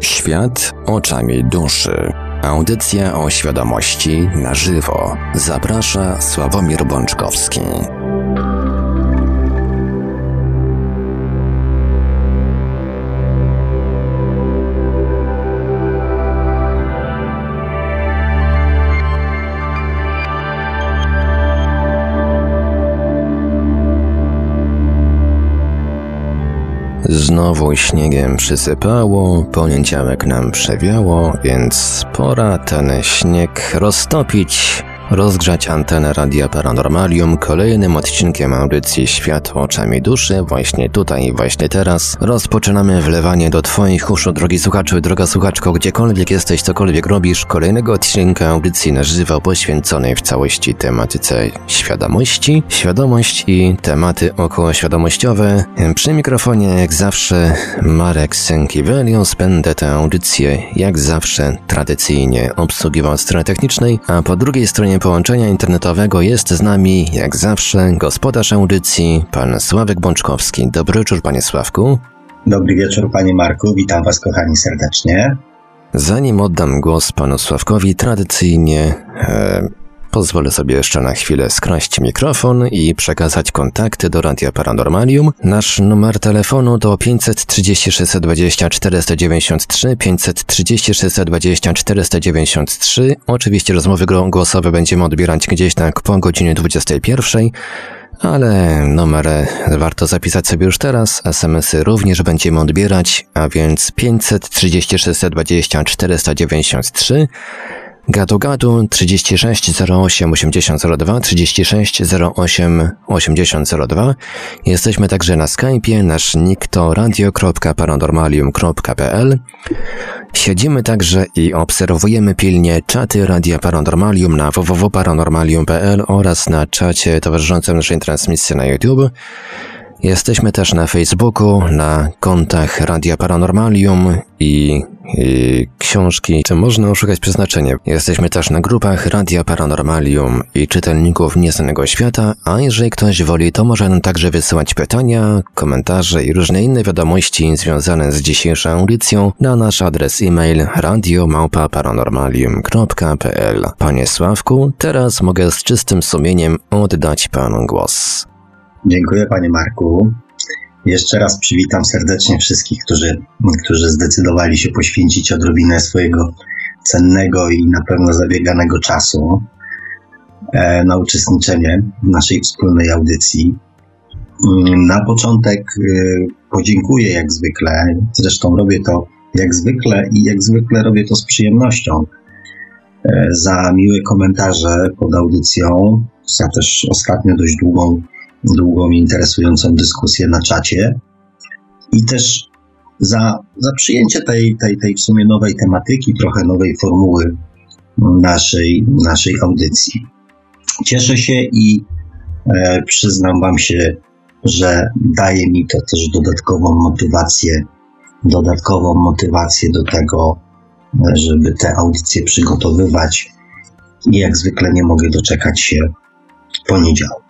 Świat oczami duszy. Audycja o świadomości na żywo. Zaprasza Sławomir Bączkowski. Znowu śniegiem przysypało, poniedziałek nam przewiało, więc pora ten śnieg roztopić, rozgrzać antenę Radia Paranormalium kolejnym odcinkiem audycji Świat oczami duszy. Właśnie tutaj, właśnie teraz rozpoczynamy wlewanie do Twoich uszu, drogi słuchaczu, droga słuchaczko, gdziekolwiek jesteś, cokolwiek robisz, kolejnego odcinka audycji na żywo poświęconej w całości tematyce świadomości, świadomość i tematy okołoświadomościowe. Przy mikrofonie jak zawsze Marek Sękiewelios, będę tę audycję jak zawsze tradycyjnie obsługiwał od strony technicznej, a po drugiej stronie połączenia internetowego jest z nami, jak zawsze, gospodarz audycji, pan Sławek Bączkowski. Dobry wieczór, panie Sławku. Dobry wieczór, panie Marku. Witam was, kochani, serdecznie. Zanim oddam głos panu Sławkowi, tradycyjnie pozwolę sobie jeszcze na chwilę skraść mikrofon i przekazać kontakty do Radia Paranormalium. Nasz numer telefonu to 530 620 493, 530 620 493. Oczywiście rozmowy głosowe będziemy odbierać gdzieś tak po godzinie 21, ale numer warto zapisać sobie już teraz. SMS-y również będziemy odbierać, a więc 530 620 493. Gadu 36 08 8002, 36 08 8002. Jesteśmy także na Skype'ie, nasz nick to radio.paranormalium.pl. Siedzimy także i obserwujemy pilnie czaty Radia Paranormalium na www.paranormalium.pl oraz na czacie towarzyszącym naszej transmisji na YouTube. Jesteśmy też na Facebooku, na kontach Radia Paranormalium i książki, czy można oszukać przeznaczenie. Jesteśmy też na grupach Radia Paranormalium i czytelników Nieznanego Świata, a jeżeli ktoś woli, to może nam także wysyłać pytania, komentarze i różne inne wiadomości związane z dzisiejszą audycją na nasz adres e-mail radio@paranormalium.pl. Panie Sławku, teraz mogę z czystym sumieniem oddać panu głos. Dziękuję, panie Marku. Jeszcze raz przywitam serdecznie wszystkich, którzy zdecydowali się poświęcić odrobinę swojego cennego i na pewno zabieganego czasu na uczestniczenie w naszej wspólnej audycji. Na początek podziękuję jak zwykle, zresztą robię to jak zwykle i jak zwykle robię to z przyjemnością, za miłe komentarze pod audycją, za też ostatnio dość długą i interesującą dyskusję na czacie i też za przyjęcie tej w sumie nowej tematyki, trochę nowej formuły naszej audycji. Cieszę się i przyznam wam się, że daje mi to też dodatkową motywację do tego, żeby te audycje przygotowywać i jak zwykle nie mogę doczekać się poniedziałku.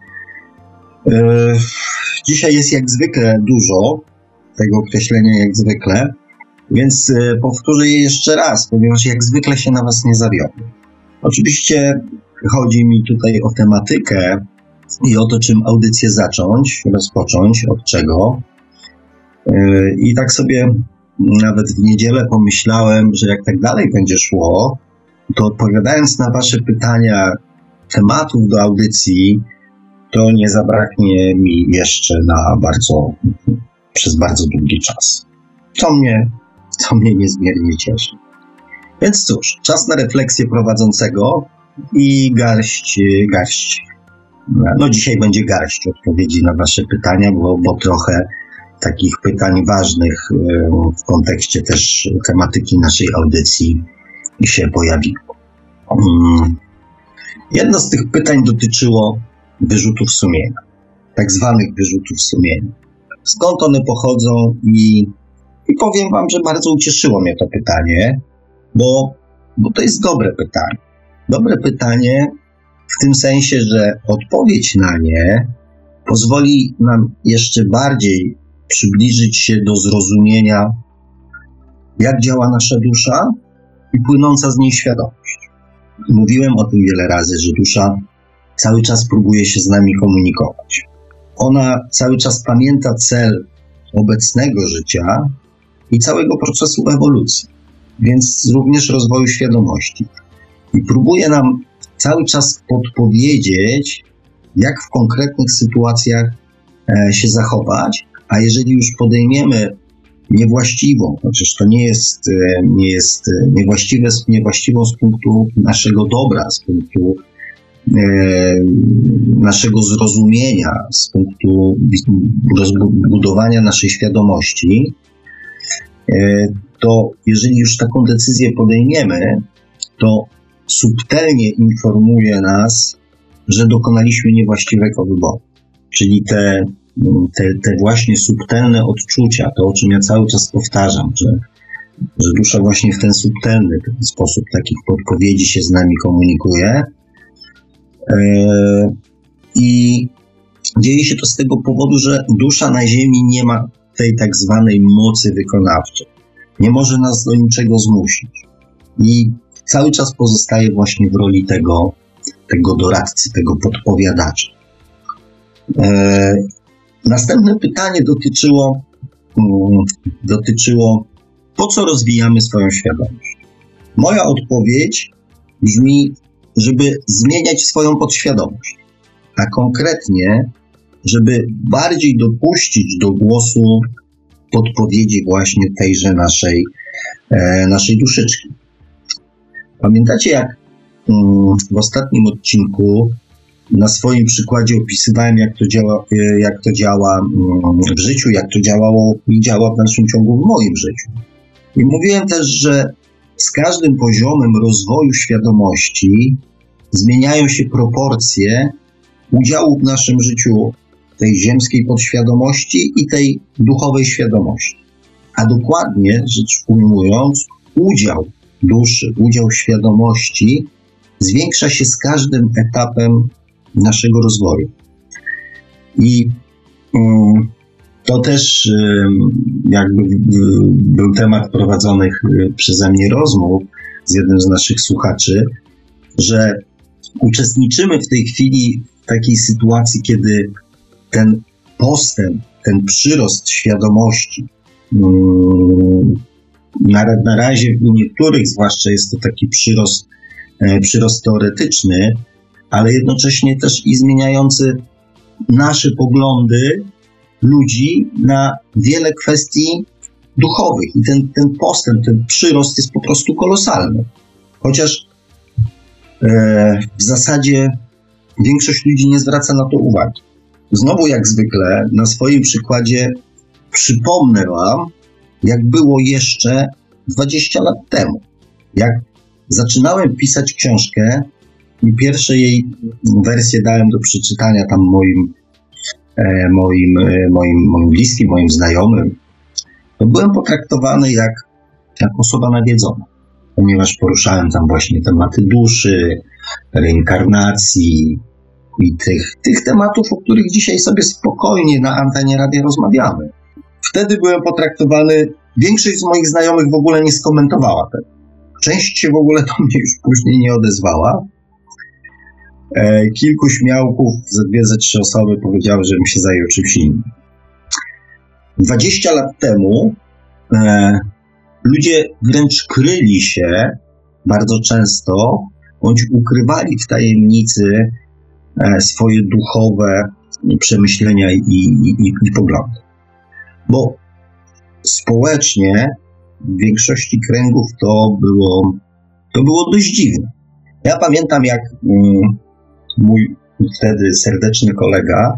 Dzisiaj jest jak zwykle dużo tego określenia jak zwykle, więc powtórzę je jeszcze raz, ponieważ jak zwykle się na was nie zawiodę. Oczywiście chodzi mi tutaj o tematykę i o to, czym audycję rozpocząć, od czego. I tak sobie nawet w niedzielę pomyślałem, że jak tak dalej będzie szło, to odpowiadając na wasze pytania, tematów do audycji, to nie zabraknie mi jeszcze przez bardzo długi czas. Co mnie niezmiernie cieszy. Więc cóż, czas na refleksję prowadzącego i garść, dzisiaj będzie garść odpowiedzi na wasze pytania, bo trochę takich pytań ważnych w kontekście też tematyki naszej audycji się pojawiło. Jedno z tych pytań dotyczyło wyrzutów sumienia, tak zwanych wyrzutów sumienia. Skąd one pochodzą i powiem wam, że bardzo ucieszyło mnie to pytanie, bo to jest dobre pytanie. Dobre pytanie w tym sensie, że odpowiedź na nie pozwoli nam jeszcze bardziej przybliżyć się do zrozumienia jak działa nasza dusza i płynąca z niej świadomość. Mówiłem o tym wiele razy, że dusza cały czas próbuje się z nami komunikować. Ona cały czas pamięta cel obecnego życia i całego procesu ewolucji, więc również rozwoju świadomości. I próbuje nam cały czas podpowiedzieć, jak w konkretnych sytuacjach się zachować, a jeżeli już podejmiemy niewłaściwą, chociaż to nie jest niewłaściwą z punktu naszego dobra, z punktu naszego zrozumienia, z punktu rozbudowania naszej świadomości, to jeżeli już taką decyzję podejmiemy, to subtelnie informuje nas, że dokonaliśmy niewłaściwego wyboru. Czyli te właśnie subtelne odczucia, to o czym ja cały czas powtarzam, że dusza właśnie w ten subtelny sposób takich podpowiedzi się z nami komunikuje. I dzieje się to z tego powodu, że dusza na Ziemi nie ma tej tak zwanej mocy wykonawczej. Nie może nas do niczego zmusić. I cały czas pozostaje właśnie w roli tego doradcy, tego podpowiadacza. Następne pytanie dotyczyło, po co rozwijamy swoją świadomość? Moja odpowiedź brzmi, żeby zmieniać swoją podświadomość, a konkretnie, żeby bardziej dopuścić do głosu podpowiedzi właśnie tejże naszej duszyczki. Pamiętacie, jak w ostatnim odcinku na swoim przykładzie opisywałem, jak to działa w życiu, jak to działało i działa w dalszym ciągu w moim życiu. I mówiłem też, że z każdym poziomem rozwoju świadomości zmieniają się proporcje udziału w naszym życiu tej ziemskiej podświadomości i tej duchowej świadomości. A dokładnie rzecz ujmując, udział duszy, udział świadomości zwiększa się z każdym etapem naszego rozwoju. I to też jakby był temat prowadzonych przeze mnie rozmów z jednym z naszych słuchaczy, że uczestniczymy w tej chwili w takiej sytuacji, kiedy ten postęp, ten przyrost świadomości, na razie u niektórych zwłaszcza jest to taki przyrost teoretyczny, ale jednocześnie też i zmieniający nasze poglądy ludzi na wiele kwestii duchowych. I ten postęp, ten przyrost jest po prostu kolosalny. Chociaż w zasadzie większość ludzi nie zwraca na to uwagi. Znowu jak zwykle na swoim przykładzie przypomnę wam, jak było jeszcze 20 lat temu. Jak zaczynałem pisać książkę i pierwsze jej wersje dałem do przeczytania tam moim bliskim, moim znajomym, to byłem potraktowany jak osoba nawiedzona, ponieważ poruszałem tam właśnie tematy duszy, reinkarnacji i tych tematów, o których dzisiaj sobie spokojnie na antenie radia rozmawiamy. Wtedy byłem potraktowany, większość z moich znajomych w ogóle nie skomentowała tego. Część się w ogóle do mnie już później nie odezwała. Kilku śmiałków, ze 2-3 osoby powiedziały, żebym się zajął czymś innym. 20 lat temu ludzie wręcz kryli się bardzo często, bądź ukrywali w tajemnicy swoje duchowe przemyślenia i poglądy. Bo społecznie w większości kręgów to było dość dziwne. Ja pamiętam, jak mój wtedy serdeczny kolega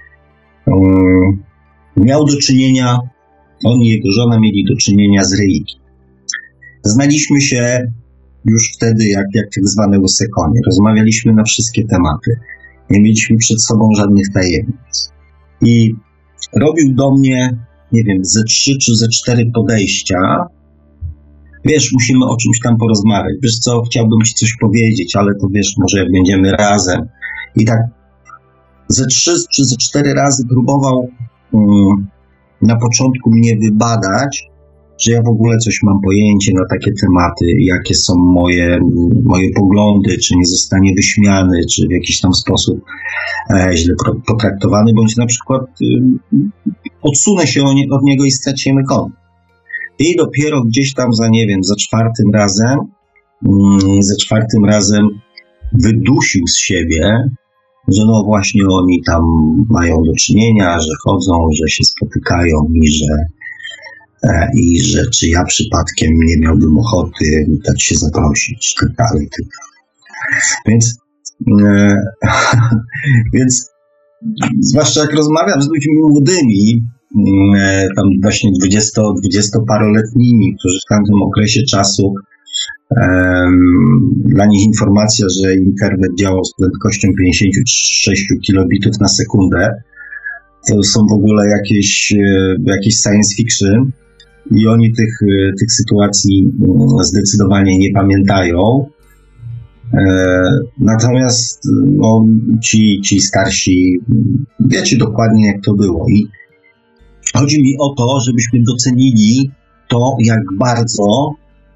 miał do czynienia, on i jego żona mieli do czynienia z reiki. Znaliśmy się już wtedy jak tak zwane łysy konie. Rozmawialiśmy na wszystkie tematy. Nie mieliśmy przed sobą żadnych tajemnic. I robił do mnie, nie wiem, ze 3 czy ze 4 podejścia. Wiesz, musimy o czymś tam porozmawiać. Wiesz co, chciałbym ci coś powiedzieć, ale to wiesz, może jak będziemy razem. I tak ze 3 czy ze 4 razy próbował na początku mnie wybadać, że ja w ogóle coś mam pojęcie na takie tematy, jakie są moje poglądy, czy nie zostanie wyśmiany, czy w jakiś tam sposób źle potraktowany, bądź na przykład odsunę się od niego i stracimy kontakt. I dopiero gdzieś tam za czwartym razem wydusił z siebie, że no właśnie oni tam mają do czynienia, że chodzą, że się spotykają i że czy ja przypadkiem nie miałbym ochoty dać się zaprosić, tak dalej. Więc zwłaszcza jak rozmawiam z ludźmi młodymi, tam właśnie 20-paroletnimi, którzy w tamtym okresie czasu dla nich informacja, że internet działał z prędkością 56 kilobitów na sekundę, to są w ogóle jakieś science fiction i oni tych sytuacji zdecydowanie nie pamiętają. Natomiast no, ci starsi wiecie dokładnie, jak to było. I chodzi mi o to, żebyśmy docenili to, jak bardzo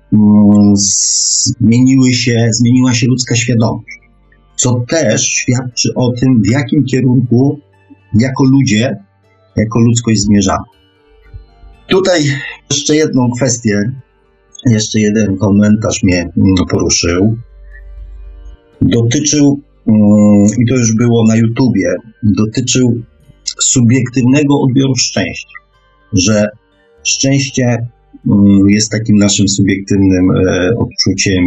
zmieniła się ludzka świadomość, co też świadczy o tym, w jakim kierunku jako ludzie, jako ludzkość zmierzamy. Tutaj jeszcze jedną kwestię, jeszcze jeden komentarz mnie poruszył. Dotyczył, i to już było na YouTubie, dotyczył subiektywnego odbioru szczęścia, że szczęście jest takim naszym subiektywnym odczuciem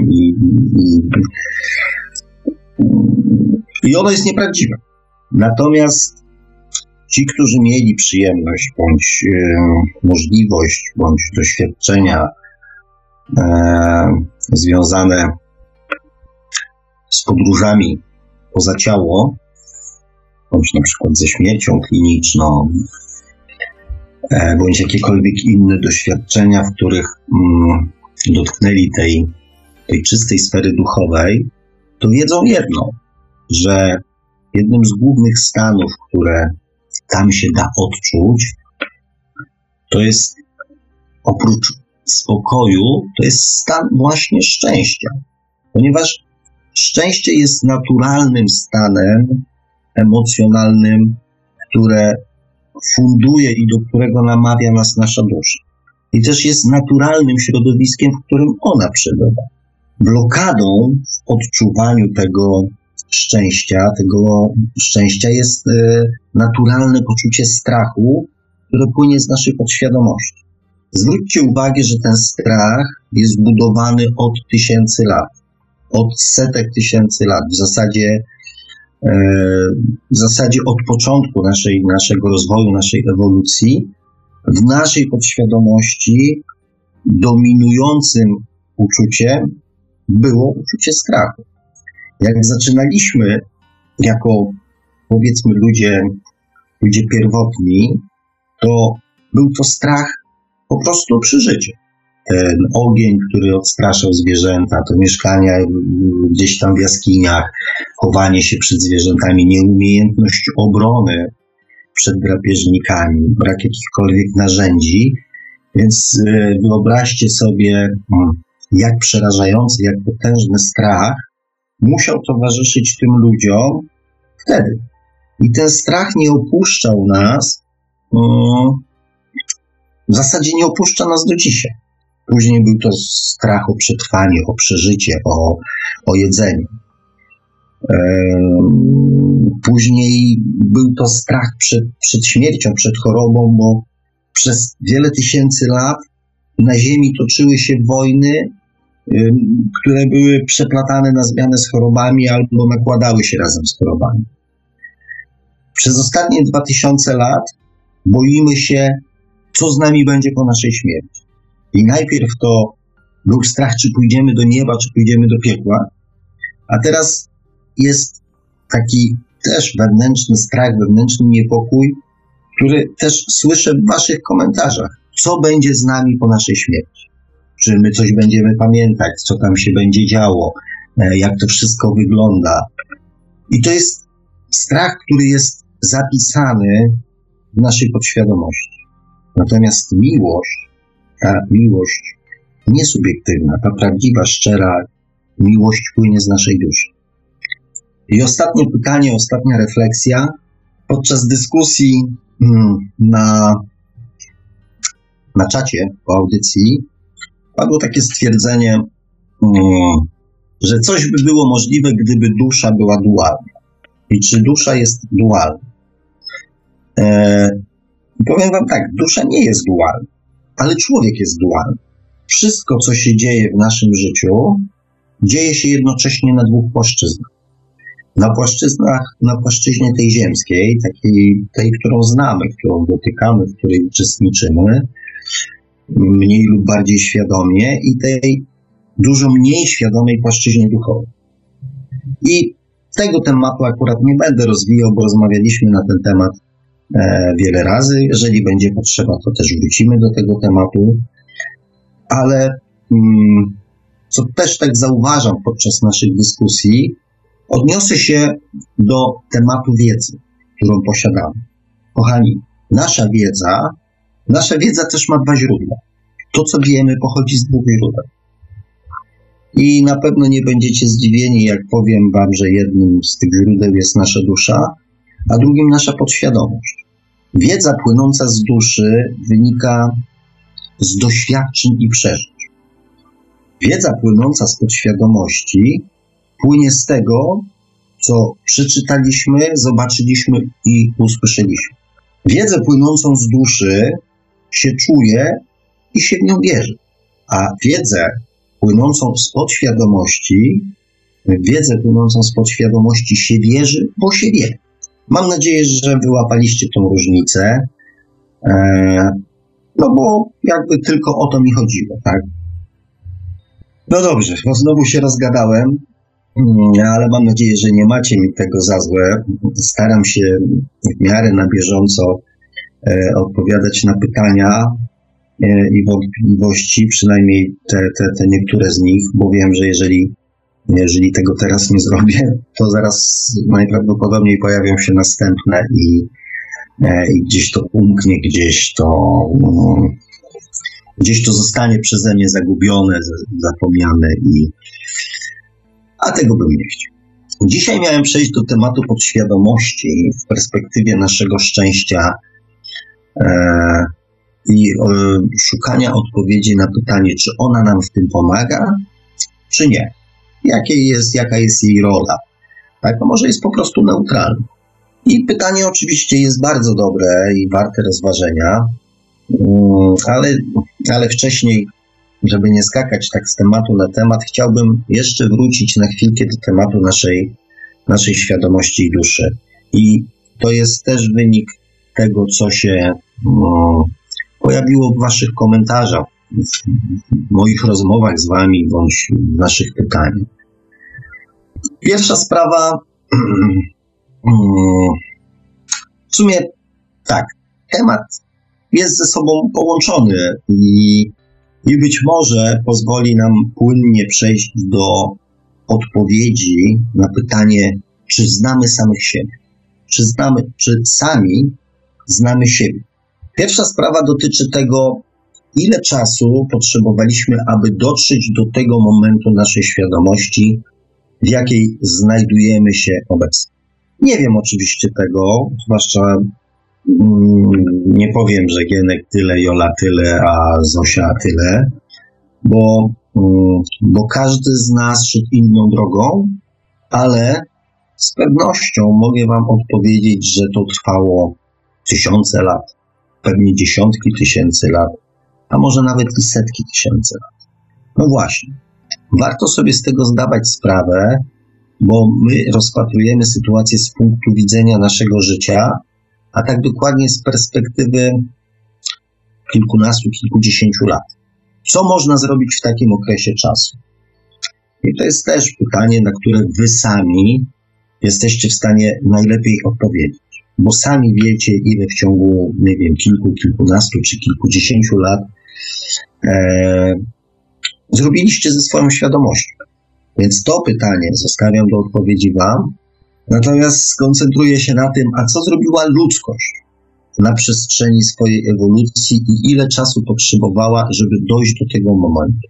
i ono jest nieprawdziwe. Natomiast ci, którzy mieli przyjemność, bądź możliwość, bądź doświadczenia związane z podróżami poza ciało, bądź na przykład ze śmiercią kliniczną, bądź jakiekolwiek inne doświadczenia, w których dotknęli tej czystej sfery duchowej, to wiedzą jedno, że jednym z głównych stanów, które tam się da odczuć, to jest oprócz spokoju, to jest stan właśnie szczęścia. Ponieważ szczęście jest naturalnym stanem emocjonalnym, które funduje i do którego namawia nas nasza dusza. I też jest naturalnym środowiskiem, w którym ona przebywa. Blokadą w odczuwaniu tego szczęścia jest naturalne poczucie strachu, które płynie z naszej podświadomości. Zwróćcie uwagę, że ten strach jest zbudowany od tysięcy lat, od setek tysięcy lat, w zasadzie od początku naszego rozwoju, naszej ewolucji. W naszej podświadomości dominującym uczuciem było uczucie strachu. Jak zaczynaliśmy jako, powiedzmy, ludzie pierwotni, to był to strach po prostu o przeżycie. Ten ogień, który odstraszał zwierzęta, to mieszkania gdzieś tam w jaskiniach, chowanie się przed zwierzętami, nieumiejętność obrony przed drapieżnikami, brak jakichkolwiek narzędzi. Więc wyobraźcie sobie, jak przerażający, jak potężny strach musiał towarzyszyć tym ludziom wtedy. I ten strach nie opuszczał nas, w zasadzie nie opuszcza nas do dzisiaj. Później był to strach o przetrwanie, o przeżycie, o jedzenie. Później był to strach przed śmiercią, przed chorobą, bo przez wiele tysięcy lat na Ziemi toczyły się wojny, które były przeplatane na zmianę z chorobami albo nakładały się razem z chorobami. Przez ostatnie 2000 lat boimy się, co z nami będzie po naszej śmierci. I najpierw to był strach, czy pójdziemy do nieba, czy pójdziemy do piekła, a teraz jest taki też wewnętrzny strach, wewnętrzny niepokój, który też słyszę w waszych komentarzach. Co będzie z nami po naszej śmierci? Czy my coś będziemy pamiętać, co tam się będzie działo, jak to wszystko wygląda. I to jest strach, który jest zapisany w naszej podświadomości. Natomiast miłość ta miłość niesubiektywna, ta prawdziwa, szczera miłość płynie z naszej duszy. I ostatnie pytanie, ostatnia refleksja. Podczas dyskusji na czacie po audycji padło takie stwierdzenie, że coś by było możliwe, gdyby dusza była dualna. I czy dusza jest dualna? Powiem wam tak, dusza nie jest dualna, ale człowiek jest dualny. Wszystko, co się dzieje w naszym życiu, dzieje się jednocześnie na dwóch płaszczyznach. Na płaszczyźnie tej ziemskiej, tej, którą znamy, którą dotykamy, w której uczestniczymy, mniej lub bardziej świadomie, i tej dużo mniej świadomej płaszczyźnie duchowej. I tego tematu akurat nie będę rozwijał, bo rozmawialiśmy na ten temat wiele razy. Jeżeli będzie potrzeba, to też wrócimy do tego tematu. Ale co też tak zauważam podczas naszych dyskusji, odniosę się do tematu wiedzy, którą posiadamy. Kochani, nasza wiedza też ma dwa źródła. To, co wiemy, pochodzi z dwóch źródeł. I na pewno nie będziecie zdziwieni, jak powiem wam, że jednym z tych źródeł jest nasza dusza, a drugim nasza podświadomość. Wiedza płynąca z duszy wynika z doświadczeń i przeżyć. Wiedza płynąca z podświadomości płynie z tego, co przeczytaliśmy, zobaczyliśmy i usłyszeliśmy. Wiedzę płynącą z duszy się czuje i się w nią wierzy. A wiedzę płynącą z podświadomości się wierzy, bo się wie. Mam nadzieję, że wyłapaliście tą różnicę, no bo jakby tylko o to mi chodziło, tak? No dobrze, bo znowu się rozgadałem, ale mam nadzieję, że nie macie mi tego za złe. Staram się w miarę na bieżąco odpowiadać na pytania i wątpliwości, przynajmniej te niektóre z nich, bo wiem, że jeżeli tego teraz nie zrobię, to zaraz najprawdopodobniej pojawią się następne i gdzieś to umknie, gdzieś to zostanie przeze mnie zagubione, zapomniane, a tego bym nie chciał. Dzisiaj miałem przejść do tematu podświadomości w perspektywie naszego szczęścia i szukania odpowiedzi na pytanie, czy ona nam w tym pomaga, czy nie. Jaka jest jej rola? Tak, no może jest po prostu neutralna. I pytanie oczywiście jest bardzo dobre i warte rozważenia, ale wcześniej, żeby nie skakać tak z tematu na temat, chciałbym jeszcze wrócić na chwilkę do tematu naszej świadomości i duszy. I to jest też wynik tego, co się pojawiło w waszych komentarzach, w moich rozmowach z wami, bądź w naszych pytaniach. Pierwsza sprawa, w sumie tak, temat jest ze sobą połączony i być może pozwoli nam płynnie przejść do odpowiedzi na pytanie, czy znamy samych siebie, czy sami znamy siebie. Pierwsza sprawa dotyczy tego, ile czasu potrzebowaliśmy, aby dotrzeć do tego momentu naszej świadomości, w jakiej znajdujemy się obecnie. Nie wiem oczywiście tego, zwłaszcza nie powiem, że Gienek tyle, Jola tyle, a Zosia tyle, bo każdy z nas szedł inną drogą, ale z pewnością mogę wam odpowiedzieć, że to trwało tysiące lat, pewnie dziesiątki tysięcy lat, a może nawet i setki tysięcy lat. No właśnie, warto sobie z tego zdawać sprawę, bo my rozpatrujemy sytuację z punktu widzenia naszego życia, a tak dokładnie z perspektywy kilkunastu, kilkudziesięciu lat. Co można zrobić w takim okresie czasu? I to jest też pytanie, na które wy sami jesteście w stanie najlepiej odpowiedzieć, bo sami wiecie, ile w ciągu, nie wiem, kilkunastu czy kilkudziesięciu lat zrobiliście ze swoją świadomością. Więc to pytanie zostawiam do odpowiedzi wam, natomiast skoncentruję się na tym, a co zrobiła ludzkość na przestrzeni swojej ewolucji i ile czasu potrzebowała, żeby dojść do tego momentu.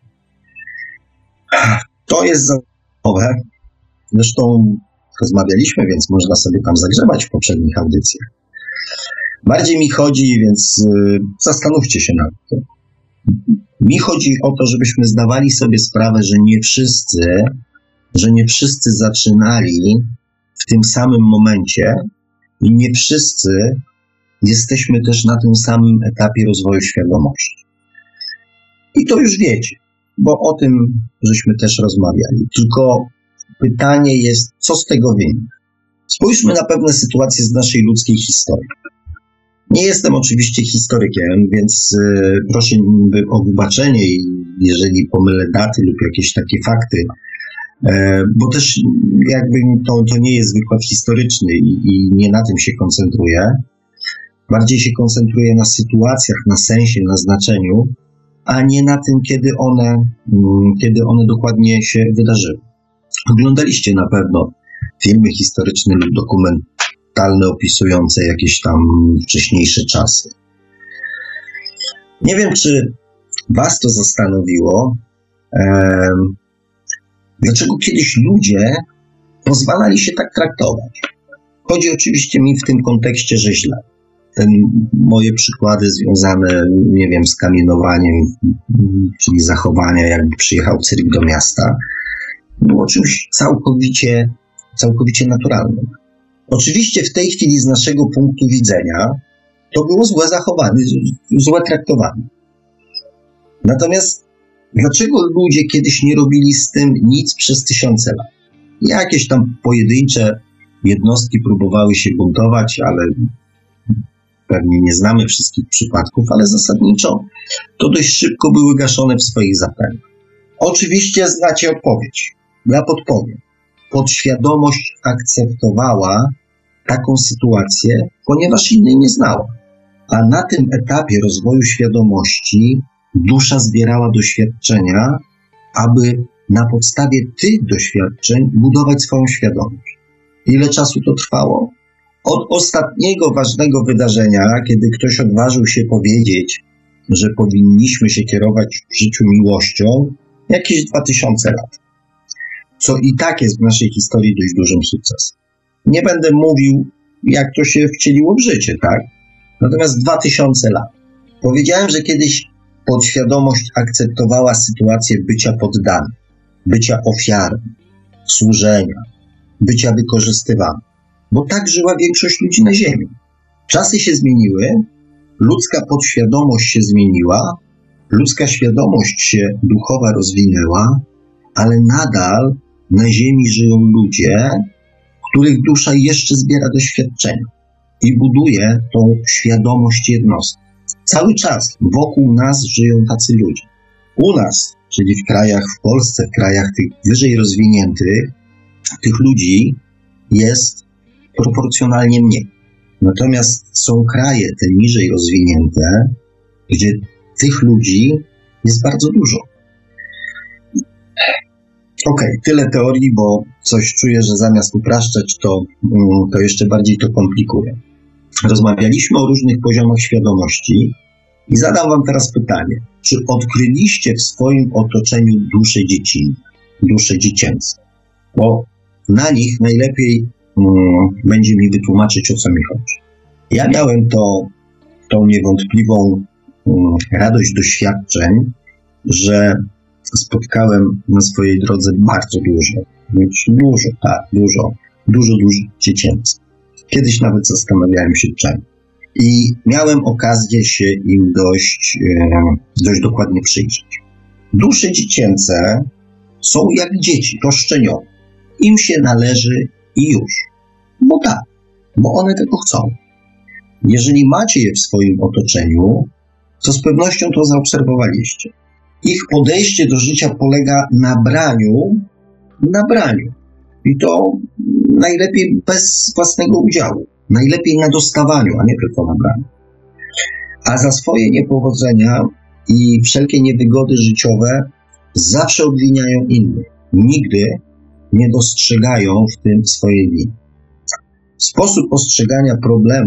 To jest zawodowe. Zresztą rozmawialiśmy, więc można sobie tam zagrzebać w poprzednich audycjach. Bardziej mi chodzi, więc zastanówcie się nad tym. Mi chodzi o to, żebyśmy zdawali sobie sprawę, że nie wszyscy zaczynali w tym samym momencie i nie wszyscy jesteśmy też na tym samym etapie rozwoju świadomości. I to już wiecie, bo o tym żeśmy też rozmawiali. Tylko pytanie jest, co z tego wynika? Spójrzmy na pewne sytuacje z naszej ludzkiej historii. Nie jestem oczywiście historykiem, więc proszę o wybaczenie, jeżeli pomylę daty lub jakieś takie fakty, bo też jakby to nie jest wykład historyczny i nie na tym się koncentruję. Bardziej się koncentruję na sytuacjach, na sensie, na znaczeniu, a nie na tym, kiedy one dokładnie się wydarzyły. Oglądaliście na pewno filmy historyczne lub dokumentalne opisujące jakieś tam wcześniejsze czasy. Nie wiem, czy was to zastanowiło, dlaczego kiedyś ludzie pozwalali się tak traktować. Chodzi oczywiście mi w tym kontekście, że źle. Moje przykłady związane, nie wiem, z kamienowaniem, czyli zachowania, jakby przyjechał cyrk do miasta, było czymś całkowicie naturalnym. Oczywiście w tej chwili z naszego punktu widzenia to było złe zachowanie, złe traktowanie. Natomiast dlaczego ludzie kiedyś nie robili z tym nic przez tysiące lat? Jakieś tam pojedyncze jednostki próbowały się buntować, ale pewnie nie znamy wszystkich przypadków, ale zasadniczo to dość szybko były gaszone w swoich zapędach. Oczywiście znacie odpowiedź. Ja podpowiem. Podświadomość akceptowała taką sytuację, ponieważ innej nie znała. A na tym etapie rozwoju świadomości dusza zbierała doświadczenia, aby na podstawie tych doświadczeń budować swoją świadomość. Ile czasu to trwało? Od ostatniego ważnego wydarzenia, kiedy ktoś odważył się powiedzieć, że powinniśmy się kierować w życiu miłością, jakieś 2000 lat. Co i tak jest w naszej historii dość dużym sukcesem. Nie będę mówił, jak to się wcieliło w życie, tak? Natomiast 2000 lat. Powiedziałem, że kiedyś podświadomość akceptowała sytuację bycia poddanym, bycia ofiarą, służenia, bycia wykorzystywanym. Bo tak żyła większość ludzi na Ziemi. Czasy się zmieniły, ludzka podświadomość się zmieniła, ludzka świadomość się duchowa rozwinęła, ale nadal na Ziemi żyją ludzie, których dusza jeszcze zbiera doświadczenia i buduje tą świadomość jednostki. Cały czas wokół nas żyją tacy ludzie. U nas, czyli w krajach, w Polsce, w krajach tych wyżej rozwiniętych, tych ludzi jest proporcjonalnie mniej. Natomiast są kraje te niżej rozwinięte, gdzie tych ludzi jest bardzo dużo. Okej, tyle teorii, bo coś czuję, że zamiast upraszczać, to jeszcze bardziej to komplikuje. Rozmawialiśmy o różnych poziomach świadomości i zadam wam teraz pytanie. Czy odkryliście w swoim otoczeniu dusze dziecinne, dusze dziecięce? Bo na nich najlepiej będzie mi wytłumaczyć, o co mi chodzi. Ja miałem tą niewątpliwą radość doświadczeń, że spotkałem na swojej drodze bardzo dużo dziecięcych. Kiedyś nawet zastanawiałem się czemu. I miałem okazję się im dość dokładnie przyjrzeć. Dusze dziecięce są jak dzieci, roszczeniowe. Im się należy i już. Bo tak, bo one tego chcą. Jeżeli macie je w swoim otoczeniu, to z pewnością to zaobserwowaliście. Ich podejście do życia polega na braniu. I to najlepiej bez własnego udziału. Najlepiej na dostawaniu, a nie tylko na braniu. A za swoje niepowodzenia i wszelkie niewygody życiowe zawsze obwiniają innych. Nigdy nie dostrzegają w tym swojej winy. Sposób postrzegania problemów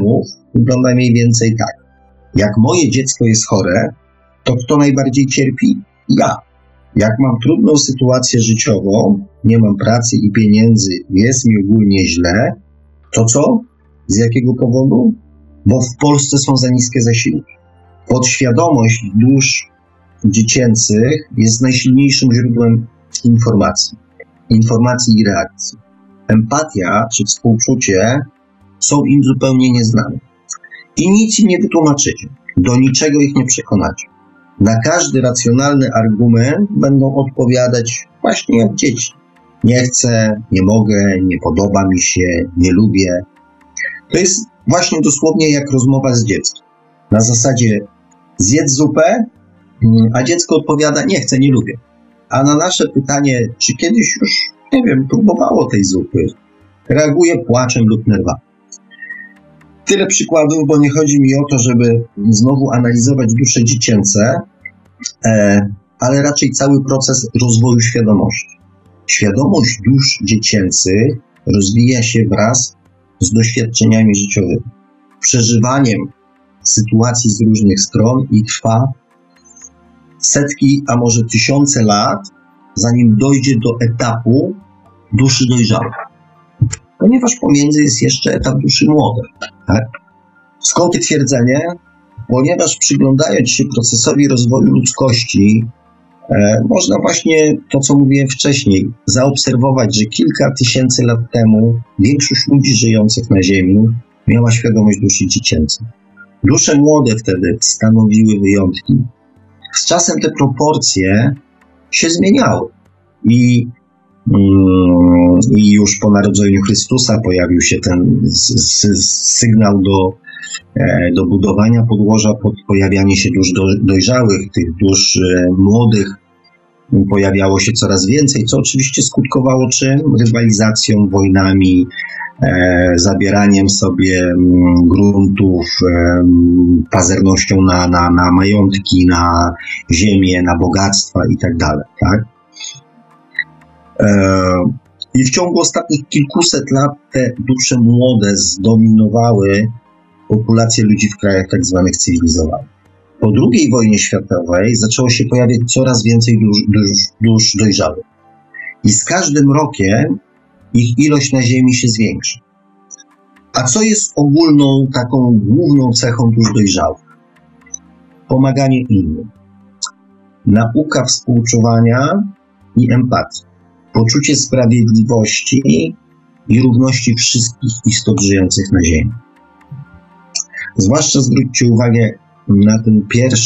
wygląda mniej więcej tak. Jak moje dziecko jest chore, to kto najbardziej cierpi? Ja. Jak mam trudną sytuację życiową, nie mam pracy i pieniędzy, jest mi ogólnie źle, to co? Z jakiego powodu? Bo w Polsce są za niskie zasiłki. Podświadomość dusz dziecięcych jest najsilniejszym źródłem informacji i reakcji. Empatia czy współczucie są im zupełnie nieznane. I nic im nie wytłumaczycie. Do niczego ich nie przekonacie. Na każdy racjonalny argument będą odpowiadać właśnie jak dzieci. Nie chcę, nie mogę, nie podoba mi się, nie lubię. To jest właśnie dosłownie jak rozmowa z dzieckiem. Na zasadzie zjedz zupę, a dziecko odpowiada nie chcę, nie lubię. A na nasze pytanie, czy kiedyś już, nie wiem, próbowało tej zupy, reaguje płaczem lub nerwami. Tyle przykładów, bo nie chodzi mi o to, żeby znowu analizować dusze dziecięce, ale raczej cały proces rozwoju świadomości. Świadomość dusz dziecięcych rozwija się wraz z doświadczeniami życiowymi, przeżywaniem sytuacji z różnych stron i trwa setki, a może tysiące lat, zanim dojdzie do etapu duszy dojrzałej. Ponieważ pomiędzy jest jeszcze etap duszy młodej. Tak? Skąd twierdzenie? Ponieważ przyglądając się procesowi rozwoju ludzkości, można właśnie to, co mówiłem wcześniej, zaobserwować, że kilka tysięcy lat temu większość ludzi żyjących na Ziemi miała świadomość duszy dziecięcej. Dusze młode wtedy stanowiły wyjątki. Z czasem te proporcje się zmieniały i już po narodzeniu Chrystusa pojawił się ten sygnał do budowania podłoża pod pojawianie się dusz dojrzałych, tych dusz młodych pojawiało się coraz więcej, co oczywiście skutkowało czym? Rywalizacją, wojnami, zabieraniem sobie gruntów, pazernością na majątki, na ziemię, na bogactwa i tak dalej, tak? I w ciągu ostatnich kilkuset lat te dusze młode zdominowały populację ludzi w krajach tak zwanych cywilizowanych. Po II wojnie światowej zaczęło się pojawiać coraz więcej dusz dojrzałych. I z każdym rokiem ich ilość na Ziemi się zwiększa. A co jest ogólną, taką główną cechą dusz dojrzałych? Pomaganie innym. Nauka współczuwania i empatii. Poczucie sprawiedliwości i równości wszystkich istot żyjących na Ziemi. Zwłaszcza zwróćcie uwagę na ten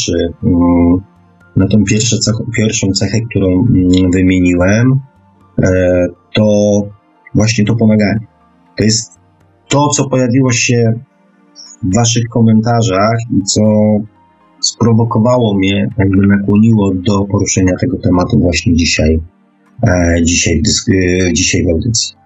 pierwszą cechę, którą wymieniłem, to właśnie to pomaganie. To jest to, co pojawiło się w waszych komentarzach i co sprowokowało mnie, jakby nakłoniło do poruszenia tego tematu właśnie dzisiaj w audycji.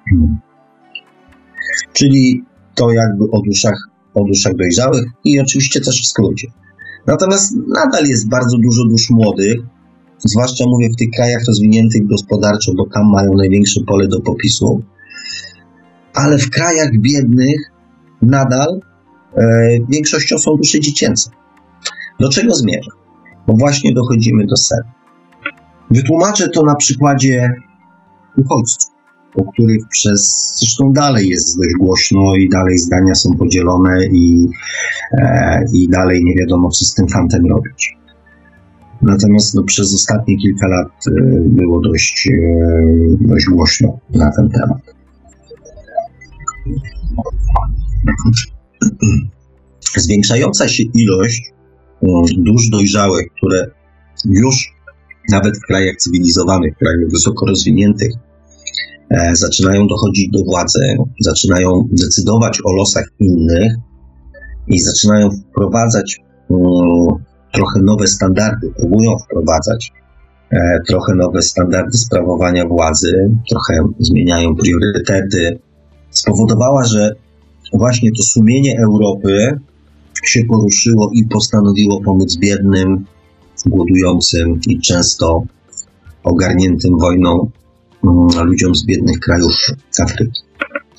Czyli to jakby o duszach dojrzałych i oczywiście też w skrócie. Natomiast nadal jest bardzo dużo dusz młodych, zwłaszcza mówię w tych krajach rozwiniętych gospodarczo, bo tam mają największe pole do popisu, ale w krajach biednych nadal większością są dusze dziecięce. Do czego zmierzam? Bo właśnie dochodzimy do sedna. Wytłumaczę to na przykładzie uchodźców, o których zresztą dalej jest dość głośno i dalej zdania są podzielone i dalej nie wiadomo, co z tym fantem robić. Natomiast przez ostatnie kilka lat było dość głośno na ten temat. Zwiększająca się ilość dusz dojrzałych, które już nawet w krajach cywilizowanych, w krajach wysoko rozwiniętych zaczynają dochodzić do władzy, zaczynają decydować o losach innych i zaczynają wprowadzać trochę nowe standardy, próbują wprowadzać trochę nowe standardy sprawowania władzy, trochę zmieniają priorytety, spowodowała, że właśnie to sumienie Europy się poruszyło i postanowiło pomóc biednym, głodującym i często ogarniętym wojną ludziom z biednych krajów Afryki.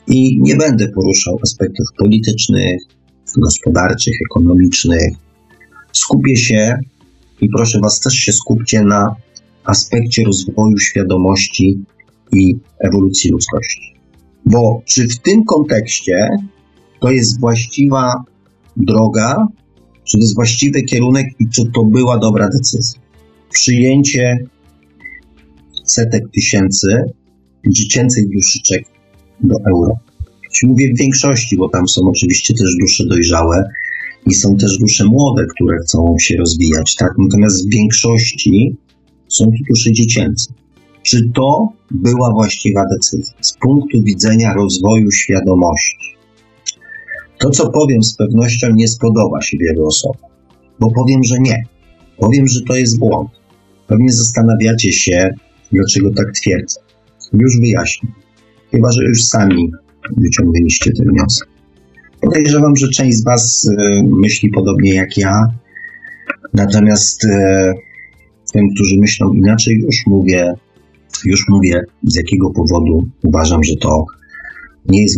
I nie będę poruszał aspektów politycznych, gospodarczych, ekonomicznych. Skupię się i proszę Was, też się skupcie na aspekcie rozwoju świadomości i ewolucji ludzkości. Bo czy w tym kontekście to jest właściwa droga, czy to jest właściwy kierunek i czy to była dobra decyzja? Przyjęcie setek tysięcy dziecięcych duszyczek do Europy. Mówię w większości, bo tam są oczywiście też dusze dojrzałe i są też dusze młode, które chcą się rozwijać, tak? Natomiast w większości są to dusze dziecięce. Czy to była właściwa decyzja z punktu widzenia rozwoju świadomości? To, co powiem, z pewnością nie spodoba się wielu osobom, bo powiem, że nie. Powiem, że to jest błąd. Pewnie zastanawiacie się, dlaczego tak twierdzę. Już wyjaśnię. Chyba że już sami wyciągnęliście ten wniosek. Podejrzewam, że część z Was myśli podobnie jak ja, natomiast tym, którzy myślą inaczej, już mówię, z jakiego powodu uważam, że to nie jest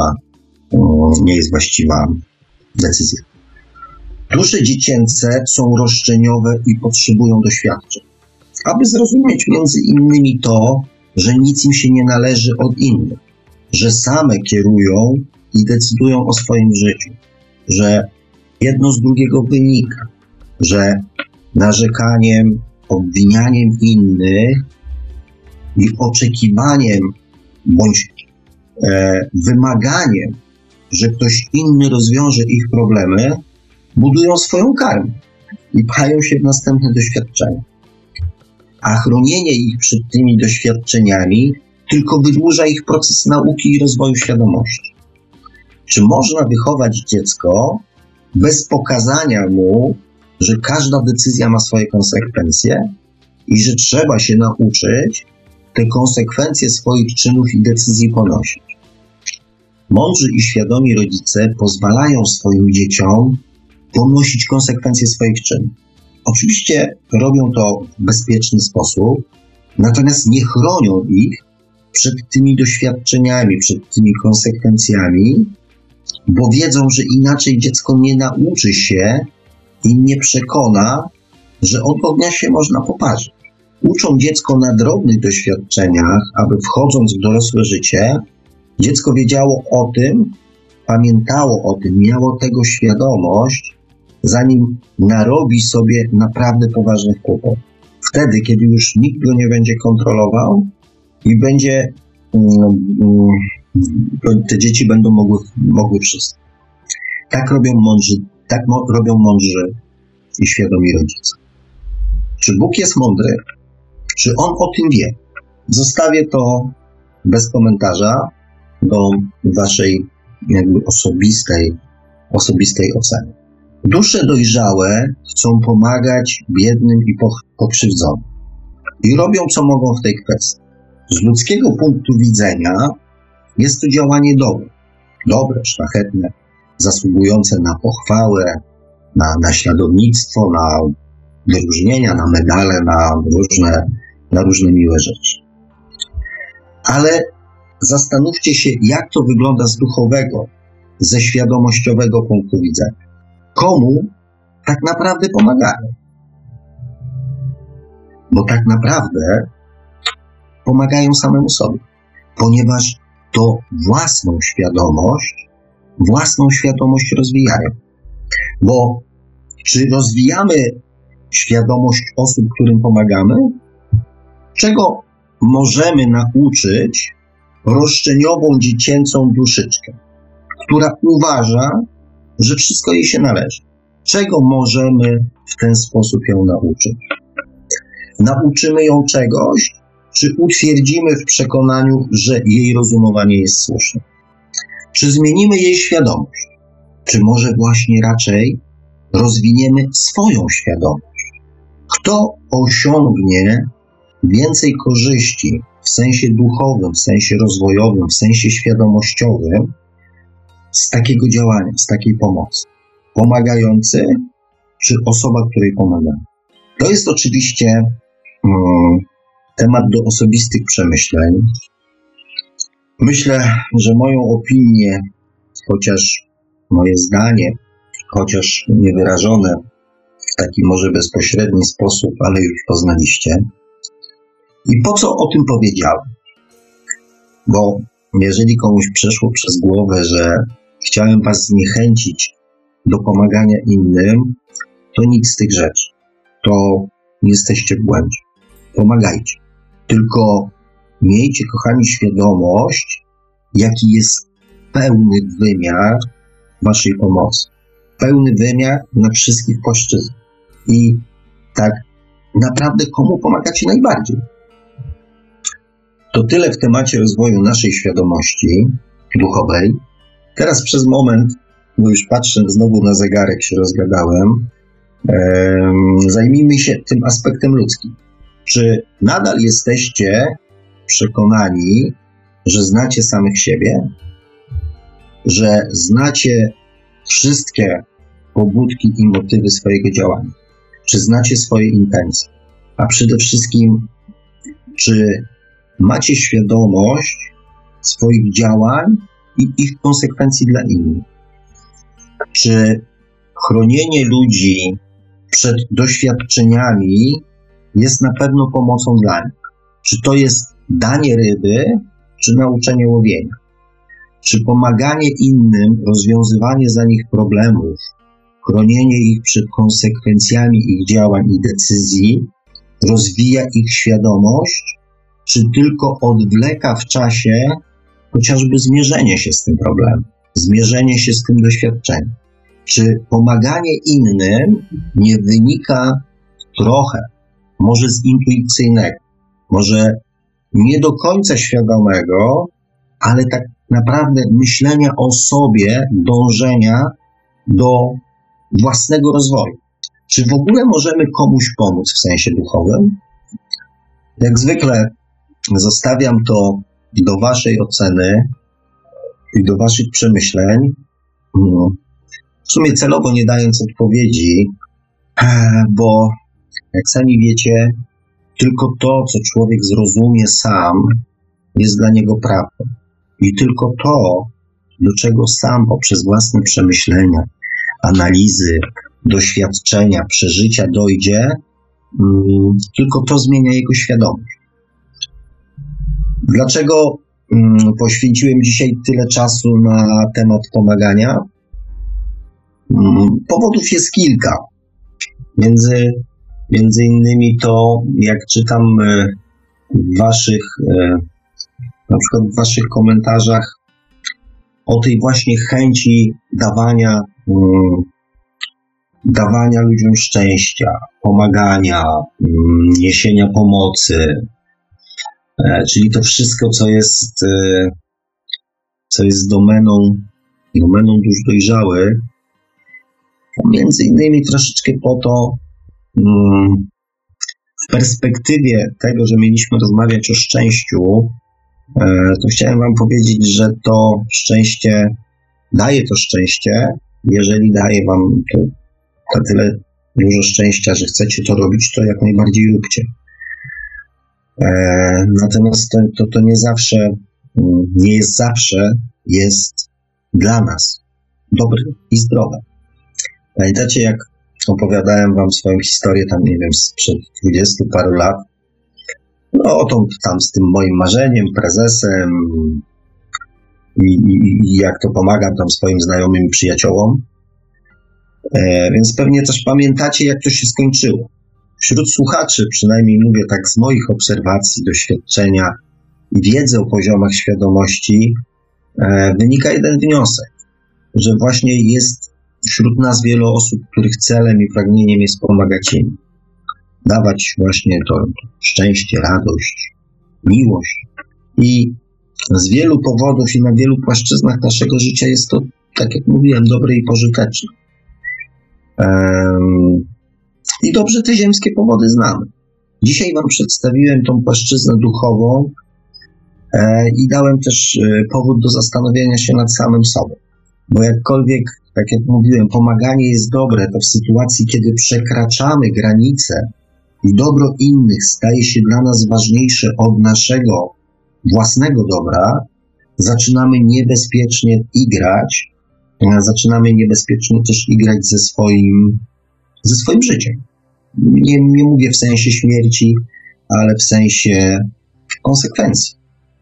właściwa decyzja. Dusze dziecięce są roszczeniowe i potrzebują doświadczeń, aby zrozumieć między innymi to, że nic im się nie należy od innych, że same kierują i decydują o swoim życiu, że jedno z drugiego wynika, że narzekaniem, obwinianiem innych i oczekiwaniem bądź wymaganiem, że ktoś inny rozwiąże ich problemy, budują swoją karmę i pchają się w następne doświadczenia. A chronienie ich przed tymi doświadczeniami tylko wydłuża ich proces nauki i rozwoju świadomości. Czy można wychować dziecko bez pokazania mu, że każda decyzja ma swoje konsekwencje i że trzeba się nauczyć te konsekwencje swoich czynów i decyzji ponosić? Mądrzy i świadomi rodzice pozwalają swoim dzieciom ponosić konsekwencje swoich czynów. Oczywiście robią to w bezpieczny sposób, natomiast nie chronią ich przed tymi doświadczeniami, przed tymi konsekwencjami, bo wiedzą, że inaczej dziecko nie nauczy się i nie przekona, że od ognia się można poparzyć. Uczą dziecko na drobnych doświadczeniach, aby wchodząc w dorosłe życie, dziecko wiedziało o tym, pamiętało o tym, miało tego świadomość, zanim narobi sobie naprawdę poważnych kłopotów. Wtedy, kiedy już nikt go nie będzie kontrolował i będzie, te dzieci będą mogły wszystko. Tak robią mądrzy i świadomi rodzice. Czy Bóg jest mądry? Czy On o tym wie? Zostawię to bez komentarza do waszej jakby osobistej oceny. Dusze dojrzałe chcą pomagać biednym i pokrzywdzonym i robią co mogą w tej kwestii. Z ludzkiego punktu widzenia jest to działanie dobre, szlachetne, zasługujące na pochwałę, na naśladownictwo, na wyróżnienia, na medale, na różne miłe rzeczy. Ale zastanówcie się, jak to wygląda z duchowego, ze świadomościowego punktu widzenia. Komu tak naprawdę pomagają? Bo tak naprawdę pomagają samemu sobie, ponieważ to własną świadomość rozwijają. Bo czy rozwijamy świadomość osób, którym pomagamy? Czego możemy nauczyć roszczeniową dziecięcą duszyczkę, która uważa, że wszystko jej się należy? Czego możemy w ten sposób ją nauczyć? Nauczymy ją czegoś, czy utwierdzimy w przekonaniu, że jej rozumowanie jest słuszne? Czy zmienimy jej świadomość? Czy może właśnie raczej rozwiniemy swoją świadomość? Kto osiągnie więcej korzyści w sensie duchowym, w sensie rozwojowym, w sensie świadomościowym z takiego działania, z takiej pomocy? Pomagający, czy osoba, której pomagamy? To jest oczywiście temat do osobistych przemyśleń. Myślę, że moją opinię, chociaż moje zdanie, chociaż niewyrażone w taki może bezpośredni sposób, ale już poznaliście. I po co o tym powiedziałem? Bo jeżeli komuś przeszło przez głowę, że chciałem was zniechęcić do pomagania innym, to nic z tych rzeczy. To jesteście w błędzie. Pomagajcie. Tylko miejcie, kochani, świadomość, jaki jest pełny wymiar waszej pomocy. Pełny wymiar na wszystkich płaszczyznach. I tak naprawdę komu pomagacie najbardziej? To tyle w temacie rozwoju naszej świadomości duchowej. Teraz przez moment, bo już patrzę znowu na zegarek, się rozgadałem, zajmijmy się tym aspektem ludzkim. Czy nadal jesteście przekonani, że znacie samych siebie? Że znacie wszystkie pobudki i motywy swojego działania? Czy znacie swoje intencje? A przede wszystkim, czy macie świadomość swoich działań i ich konsekwencji dla innych? Czy chronienie ludzi przed doświadczeniami jest na pewno pomocą dla nich? Czy to jest danie ryby, czy nauczenie łowienia? Czy pomaganie innym, rozwiązywanie za nich problemów, chronienie ich przed konsekwencjami ich działań i decyzji rozwija ich świadomość, czy tylko odwleka w czasie chociażby zmierzenie się z tym problemem, zmierzenie się z tym doświadczeniem? Czy pomaganie innym nie wynika trochę, może z intuicyjnego, może nie do końca świadomego, ale tak naprawdę myślenia o sobie, dążenia do własnego rozwoju? Czy w ogóle możemy komuś pomóc w sensie duchowym? Jak zwykle zostawiam to do waszej oceny i do waszych przemyśleń, w sumie celowo nie dając odpowiedzi, bo jak sami wiecie, tylko to, co człowiek zrozumie sam, jest dla niego prawdą. I tylko to, do czego sam poprzez własne przemyślenia, analizy, doświadczenia, przeżycia dojdzie, tylko to zmienia jego świadomość. Dlaczego poświęciłem dzisiaj tyle czasu na temat pomagania? Powodów jest kilka. Między innymi to, jak czytam na przykład w waszych komentarzach o tej właśnie chęci dawania ludziom szczęścia, pomagania, niesienia pomocy, czyli to wszystko, co jest domeną dusz dojrzałych, między innymi troszeczkę po to, w perspektywie tego, że mieliśmy rozmawiać o szczęściu, to chciałem wam powiedzieć, że to szczęście, daje to szczęście, jeżeli daje wam to na tyle dużo szczęścia, że chcecie to robić, to jak najbardziej róbcie. Natomiast to nie jest zawsze jest dla nas dobre i zdrowe. Pamiętacie, jak opowiadałem wam swoją historię, tam nie wiem, sprzed 20 paru lat, no tam z tym moim marzeniem, prezesem i jak to pomagam tam swoim znajomym i przyjaciołom. Więc pewnie też pamiętacie, jak to się skończyło. Wśród słuchaczy, przynajmniej mówię tak z moich obserwacji, doświadczenia i wiedzy o poziomach świadomości, wynika jeden wniosek, że właśnie jest wśród nas wielu osób, których celem i pragnieniem jest pomagać im. Dawać właśnie to szczęście, radość, miłość. I z wielu powodów i na wielu płaszczyznach naszego życia jest to, tak jak mówiłem, dobre i pożyteczne. I dobrze te ziemskie powody znamy. Dzisiaj wam przedstawiłem tą płaszczyznę duchową i dałem też powód do zastanowienia się nad samym sobą. Bo jakkolwiek, tak jak mówiłem, pomaganie jest dobre, to w sytuacji, kiedy przekraczamy granice i dobro innych staje się dla nas ważniejsze od naszego własnego dobra, zaczynamy niebezpiecznie igrać, zaczynamy niebezpiecznie też igrać ze swoim życiem. Nie mówię w sensie śmierci, ale w sensie konsekwencji.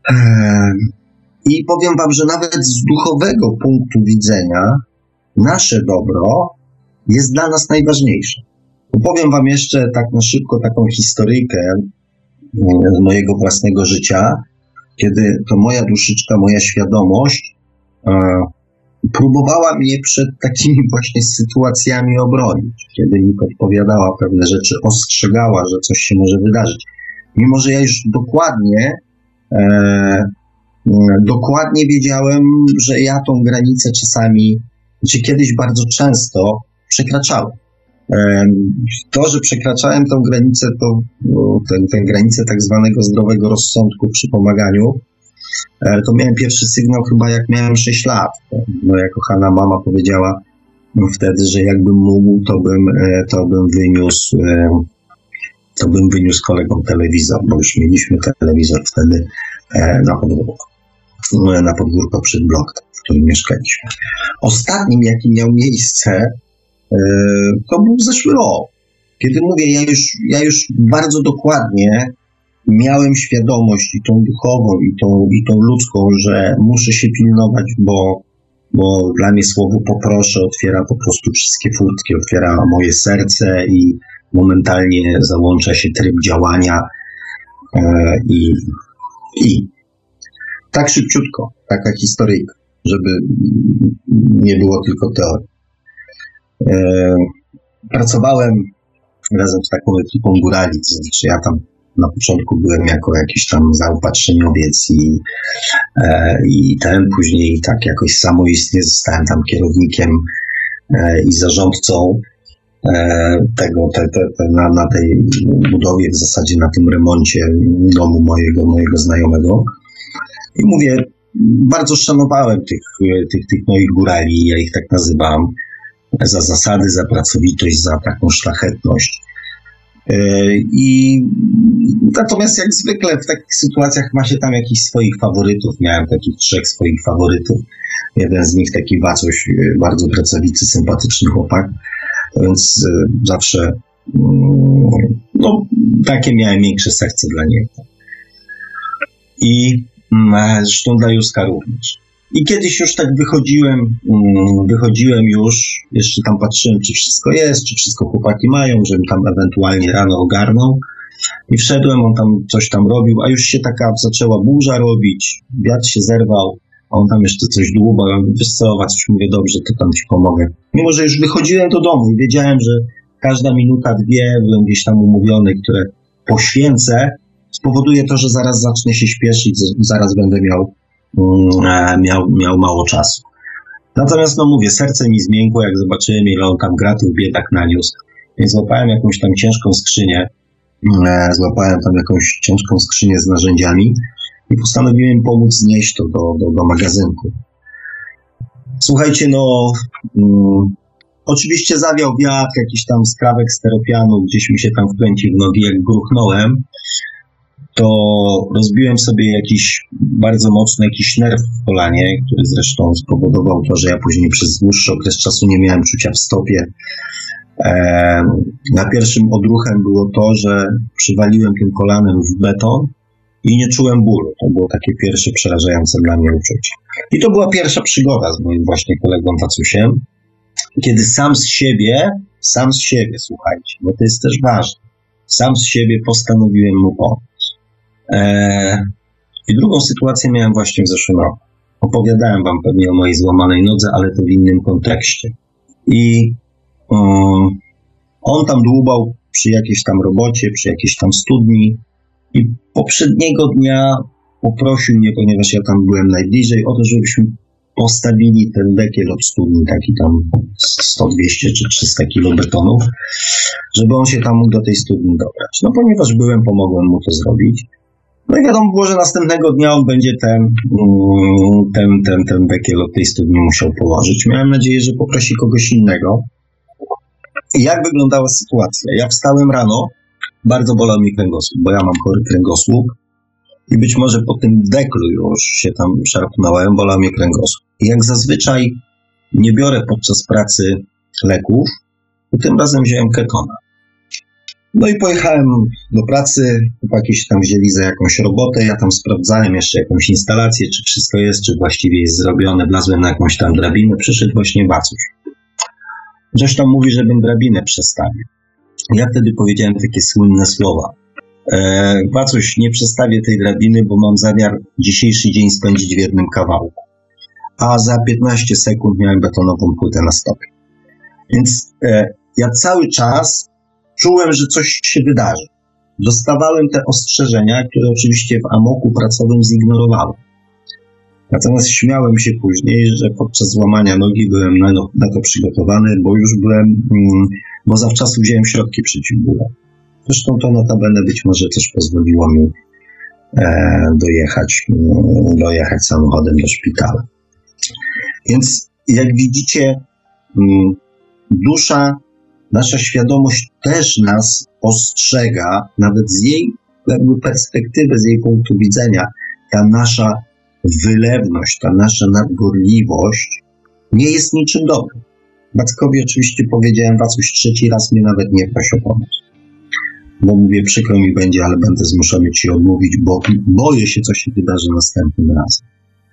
I powiem wam, że nawet z duchowego punktu widzenia nasze dobro jest dla nas najważniejsze. Opowiem wam jeszcze tak na szybko taką historyjkę z mojego własnego życia, kiedy to moja duszyczka, moja świadomość próbowała mnie przed takimi właśnie sytuacjami obronić. Kiedy mi podpowiadała pewne rzeczy, ostrzegała, że coś się może wydarzyć. Mimo że ja już dokładnie wiedziałem, że ja tą granicę czasami, czy kiedyś bardzo często przekraczałem. To, że przekraczałem tą granicę, tę granicę tak zwanego zdrowego rozsądku przy pomaganiu, to miałem pierwszy sygnał chyba jak miałem 6 lat. Moja kochana mama powiedziała wtedy, że jakbym mógł, to bym wyniósł kolegom telewizor, bo już mieliśmy telewizor wtedy na podwórko przed blokiem, w którym mieszkaliśmy. Ostatnim, jaki miał miejsce, to był zeszły rok. Kiedy mówię, ja już bardzo dokładnie miałem świadomość i tą duchową, i tą ludzką, że muszę się pilnować, bo dla mnie słowo poproszę otwiera po prostu wszystkie furtki, otwiera moje serce i momentalnie załącza się tryb działania i tak szybciutko, taka historyjka, żeby nie było tylko teorii. Pracowałem razem z taką ekipą górali, to znaczy ja tam na początku byłem jako jakiś tam zaopatrzeniowiec i później tak jakoś samoistnie zostałem tam kierownikiem i zarządcą na tej budowie, w zasadzie na tym remoncie domu mojego znajomego. I mówię, bardzo szanowałem tych moich górali, ja ich tak nazywam, za zasady, za pracowitość, za taką szlachetność. Natomiast jak zwykle w takich sytuacjach ma się tam jakichś swoich faworytów. Miałem takich 3 swoich faworytów. Jeden z nich taki Wacuś, bardzo pracowity, sympatyczny chłopak, więc zawsze takie miałem większe serce dla niego. I zresztą dla Józka również. I kiedyś już tak wychodziłem już, jeszcze tam patrzyłem, czy wszystko jest, czy wszystko chłopaki mają, żebym tam ewentualnie rano ogarnął. I wszedłem, on tam coś tam robił, a już się taka zaczęła burza robić, wiatr się zerwał, a on tam jeszcze coś dłubał. Ja mówię, wiesz co, coś mówię, dobrze, to tam ci pomogę. Mimo że już wychodziłem do domu i wiedziałem, że każda minuta, 2 byłem gdzieś tam umówiony, które poświęcę, spowoduje to, że zaraz zacznę się śpieszyć, zaraz będę miał mało czasu. Natomiast mówię, serce mi zmiękło, jak zobaczyłem, ile on tam gratów biedak naniósł. Więc złapałem jakąś tam ciężką skrzynię, z narzędziami i postanowiłem pomóc znieść to do magazynku. Słuchajcie, oczywiście zawiał wiatr, jakiś tam skrawek steropianu, gdzieś mi się tam wkręcił w nogi, jak gruchnąłem, to rozbiłem sobie bardzo mocno jakiś nerw w kolanie, który zresztą spowodował to, że ja później przez dłuższy okres czasu nie miałem czucia w stopie. Na pierwszym odruchem było to, że przywaliłem tym kolanem w beton i nie czułem bólu. To było takie pierwsze przerażające dla mnie uczucie. I to była pierwsza przygoda z moim właśnie kolegą Wacusiem, kiedy sam z siebie, słuchajcie, bo to jest też ważne, sam z siebie postanowiłem mu pomóc. I drugą sytuację miałem właśnie w zeszłym roku. Opowiadałem wam pewnie o mojej złamanej nodze, ale to w innym kontekście. I on tam dłubał przy jakiejś tam robocie, przy jakiejś tam studni i poprzedniego dnia poprosił mnie, ponieważ ja tam byłem najbliżej, o to, żebyśmy postawili ten dekiel od studni, taki tam 100, 200 czy 300 kilo betonów, żeby on się tam mógł do tej studni dobrać. Ponieważ byłem, pomogłem mu to zrobić. I wiadomo było, że następnego dnia on będzie ten dekiel od tej studni musiał położyć. Miałem nadzieję, że poprosi kogoś innego. I jak wyglądała sytuacja? Ja wstałem rano, bardzo bolał mnie kręgosłup, bo ja mam chory kręgosłup i być może po tym deklu już się tam szarpnąłem, bolał mnie kręgosłup. I jak zazwyczaj nie biorę podczas pracy leków, to tym razem wziąłem ketona. No i pojechałem do pracy, chłopaki się tam wzięli za jakąś robotę, ja tam sprawdzałem jeszcze jakąś instalację, czy wszystko jest, czy właściwie jest zrobione, wlazłem na jakąś tam drabinę, przyszedł właśnie Wacuś. Coś tam mówi, żebym drabinę przestawił. Ja wtedy powiedziałem takie słynne słowa. Wacuś, nie przestawię tej drabiny, bo mam zamiar dzisiejszy dzień spędzić w jednym kawałku. A za 15 sekund miałem betonową płytę na stopie. Więc ja cały czas czułem, że coś się wydarzy. Dostawałem te ostrzeżenia, które oczywiście w amoku pracowym zignorowałem. Natomiast śmiałem się później, że podczas złamania nogi byłem na to przygotowany, bo zawczasu wziąłem środki przeciwbólowe. Zresztą to notabene być może też pozwoliło mi dojechać samochodem do szpitala. Więc jak widzicie, dusza, nasza świadomość też nas ostrzega, nawet z jej jakby perspektywy, z jej punktu widzenia, ta nasza wylewność, ta nasza nadgorliwość nie jest niczym dobrym. Wackowi oczywiście powiedziałem, Wacuś, 3. raz mnie nawet nie proś o pomoc. Bo mówię, przykro mi będzie, ale będę zmuszony ci odmówić, bo boję się, co się wydarzy następnym razem.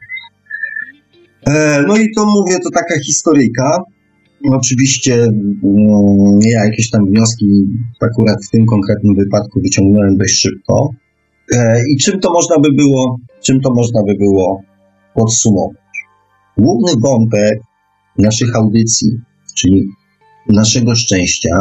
No i to mówię, to taka historyjka. Oczywiście ja jakieś tam wnioski akurat w tym konkretnym wypadku wyciągnąłem dość szybko. I czym to można by było podsumować? Główny wątek naszych audycji, czyli naszego szczęścia,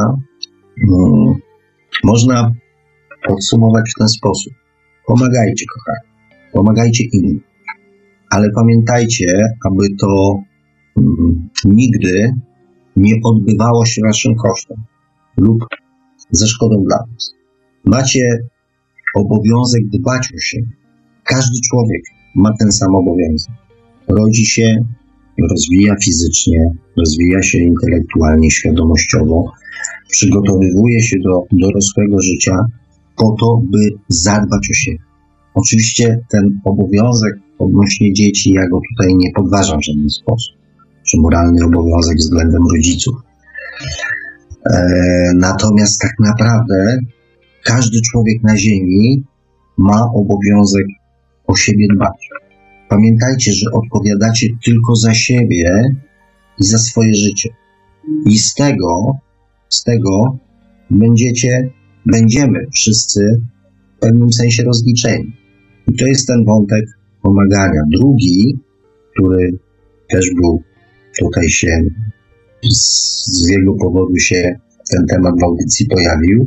można podsumować w ten sposób. Pomagajcie, kochani. Pomagajcie innym. Ale pamiętajcie, aby to nigdy nie odbywało się waszym kosztem lub ze szkodą dla was. Macie obowiązek dbać o siebie. Każdy człowiek ma ten sam obowiązek. Rodzi się, rozwija fizycznie, rozwija się intelektualnie, świadomościowo, przygotowywuje się do dorosłego życia po to, by zadbać o siebie. Oczywiście ten obowiązek odnośnie dzieci, ja go tutaj nie podważam w żaden sposób, czy moralny obowiązek względem rodziców. Natomiast tak naprawdę każdy człowiek na ziemi ma obowiązek o siebie dbać. Pamiętajcie, że odpowiadacie tylko za siebie i za swoje życie. I z tego będziemy wszyscy w pewnym sensie rozliczeni. I to jest ten wątek pomagania. Drugi, który też był tutaj z jego powodu się ten temat w audycji pojawił,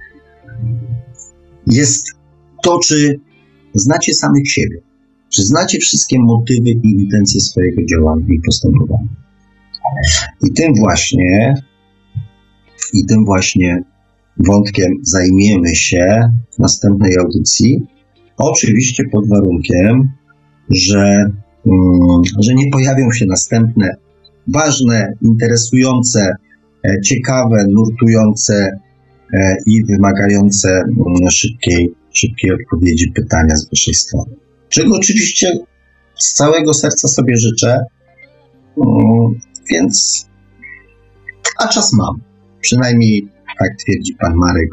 jest to, czy znacie samych siebie. Czy znacie wszystkie motywy i intencje swojego działania i postępowania. I tym właśnie wątkiem zajmiemy się w następnej audycji. Oczywiście pod warunkiem, że nie pojawią się następne ważne, interesujące, ciekawe, nurtujące i wymagające szybkiej odpowiedzi pytania z waszej strony. Czego oczywiście z całego serca sobie życzę, a czas mam. Przynajmniej tak twierdzi pan Marek,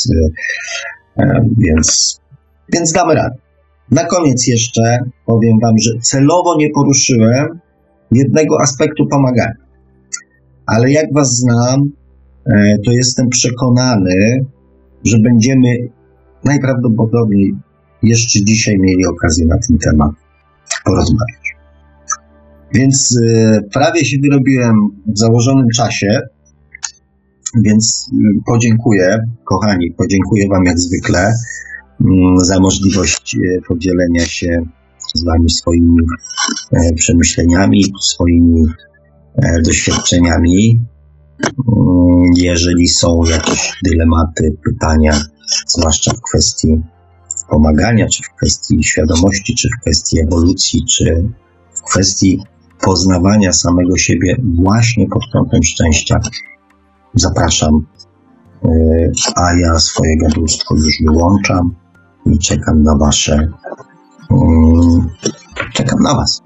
więc damy radę. Na koniec jeszcze powiem wam, że celowo nie poruszyłem jednego aspektu pomagania. Ale jak was znam, to jestem przekonany, że będziemy najprawdopodobniej jeszcze dzisiaj mieli okazję na ten temat porozmawiać. Więc prawie się wyrobiłem w założonym czasie, więc podziękuję, kochani, podziękuję wam jak zwykle za możliwość podzielenia się z wami swoimi przemyśleniami, swoimi doświadczeniami. Jeżeli są jakieś dylematy, pytania, zwłaszcza w kwestii pomagania, czy w kwestii świadomości, czy w kwestii ewolucji, czy w kwestii poznawania samego siebie właśnie pod kątem szczęścia, zapraszam, a ja swoje gadulstwo już wyłączam i czekam na wasze Czekam na Was.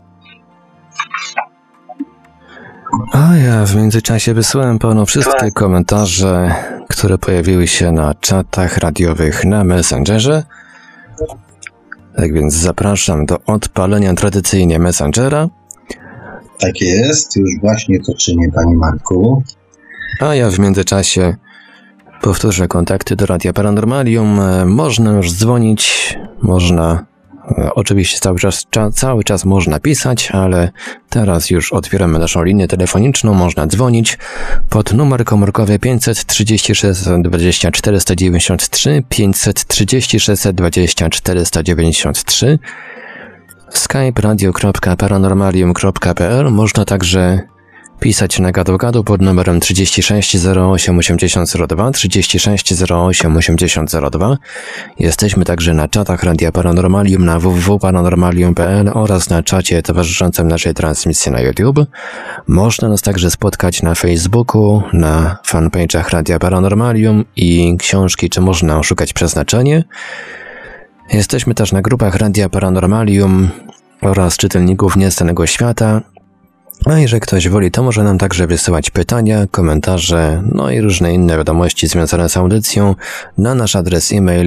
A ja w międzyczasie wysłałem panu wszystkie komentarze, które pojawiły się na czatach radiowych na Messengerze. Tak więc zapraszam do odpalenia tradycyjnie Messengera. Tak jest, już właśnie to czynię, panie Marku. A ja w międzyczasie powtórzę kontakty do Radia Paranormalium. Można już dzwonić, można... Oczywiście cały czas można pisać, ale teraz już otwieramy naszą linię telefoniczną. Można dzwonić pod numer komórkowy 536 20 493, 536 20 493, skype radio.paranormalium.pl. Można także pisać na gadu pod numerem 36 08 8002, 36 08 8002. Jesteśmy także na czatach Radia Paranormalium na www.paranormalium.pl oraz na czacie towarzyszącym naszej transmisji na YouTube. Można nas także spotkać na Facebooku, na fanpage'ach Radia Paranormalium i książki Czy można oszukać przeznaczenie. Jesteśmy też na grupach Radia Paranormalium oraz czytelników Nieznanego Świata. A jeżeli ktoś woli, to może nam także wysyłać pytania, komentarze, no i różne inne wiadomości związane z audycją na nasz adres e-mail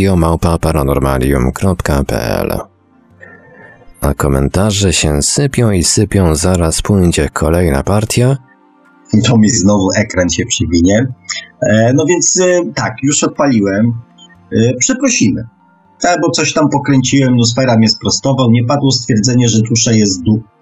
radio@paranormalium.pl. A komentarze się sypią i sypią, zaraz pójdzie kolejna partia. To mi znowu ekran się przywinie. No więc tak, już odpaliłem. Przeprosimy. Tak, bo coś tam pokręciłem, Nosfera mnie sprostował, nie padło stwierdzenie, że dusza jest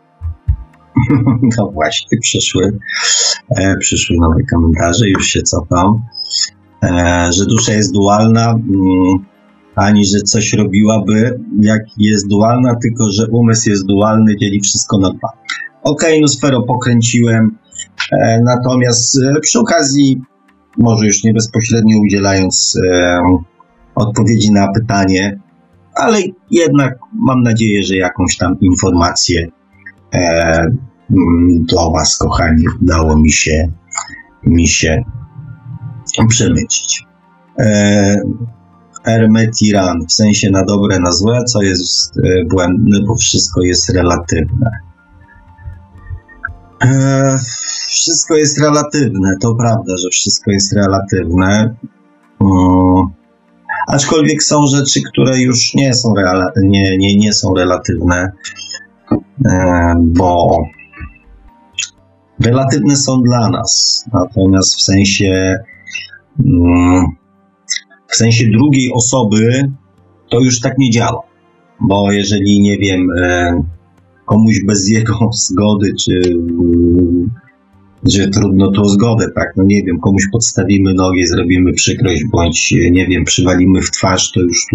No właśnie, przyszły nowe komentarze, już się cofam, że dusza jest dualna, ani że coś robiłaby, jak jest dualna, tylko że umysł jest dualny, dzieli wszystko na dwa. Okej, Nosfero, pokręciłem, natomiast przy okazji, może już nie bezpośrednio udzielając odpowiedzi na pytanie, ale jednak mam nadzieję, że jakąś tam informację do Was, kochani, udało mi się przemycić. Hermetiran, w sensie na dobre, na złe, co jest błędne, bo wszystko jest relatywne. Wszystko jest relatywne, to prawda, że wszystko jest relatywne. Aczkolwiek są rzeczy, które już nie są relatywne, bo relatywne są dla nas, natomiast w sensie drugiej osoby to już tak nie działa, bo jeżeli, nie wiem, komuś bez jego zgody, czy że trudno to o zgodę, tak, no nie wiem, komuś podstawimy nogę, zrobimy przykrość, bądź, nie wiem, przywalimy w twarz, to już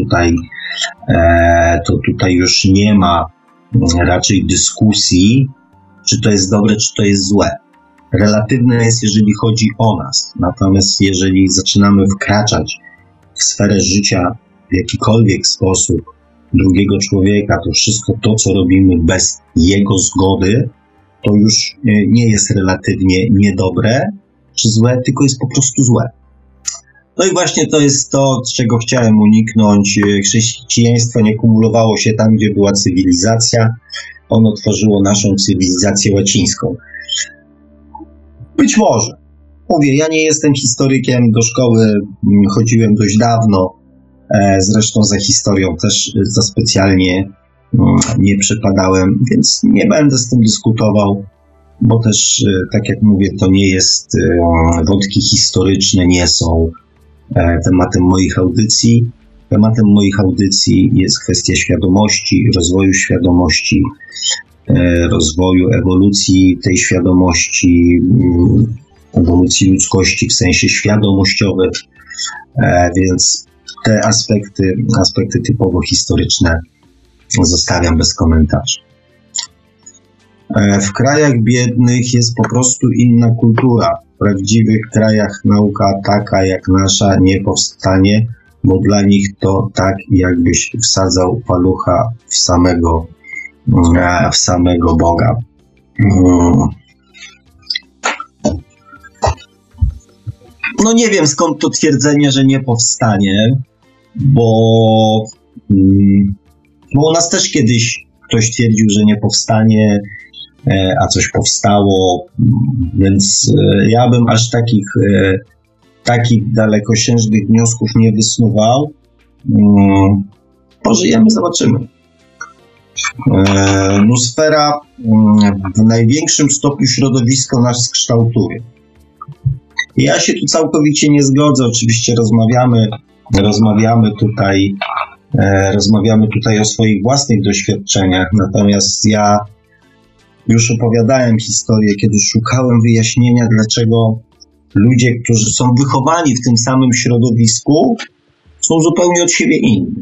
tutaj już nie ma raczej dyskusji, czy to jest dobre, czy to jest złe. Relatywne jest, jeżeli chodzi o nas. Natomiast jeżeli zaczynamy wkraczać w sferę życia w jakikolwiek sposób drugiego człowieka, to wszystko to, co robimy bez jego zgody, to już nie jest relatywnie niedobre czy złe, tylko jest po prostu złe. No i właśnie to jest to, czego chciałem uniknąć. Chrześcijaństwo nie kumulowało się tam, gdzie była cywilizacja. Ono tworzyło naszą cywilizację łacińską. Być może. Mówię, ja nie jestem historykiem, do szkoły chodziłem dość dawno. Zresztą za historią też za specjalnie nie przepadałem, więc nie będę z tym dyskutował, bo też, tak jak mówię, to nie jest, wątki historyczne nie są tematem moich audycji. Tematem moich audycji jest kwestia świadomości, rozwoju, ewolucji tej świadomości, ewolucji ludzkości w sensie świadomościowym, więc te aspekty typowo historyczne zostawiam bez komentarzy. W krajach biednych jest po prostu inna kultura. W prawdziwych krajach nauka taka jak nasza nie powstanie, bo dla nich to tak, jakbyś wsadzał palucha w samego Boga. No nie wiem, skąd to twierdzenie, że nie powstanie, bo Bo u nas też kiedyś ktoś twierdził, że nie powstanie, a coś powstało, więc ja bym aż takich dalekosiężnych wniosków nie wysnuwał. Pożyjemy, zobaczymy. Nosfera w największym stopniu środowisko nas kształtuje. Ja się tu całkowicie nie zgodzę. Oczywiście rozmawiamy tutaj o swoich własnych doświadczeniach, natomiast ja już opowiadałem historię, kiedy szukałem wyjaśnienia, dlaczego ludzie, którzy są wychowani w tym samym środowisku, są zupełnie od siebie inni.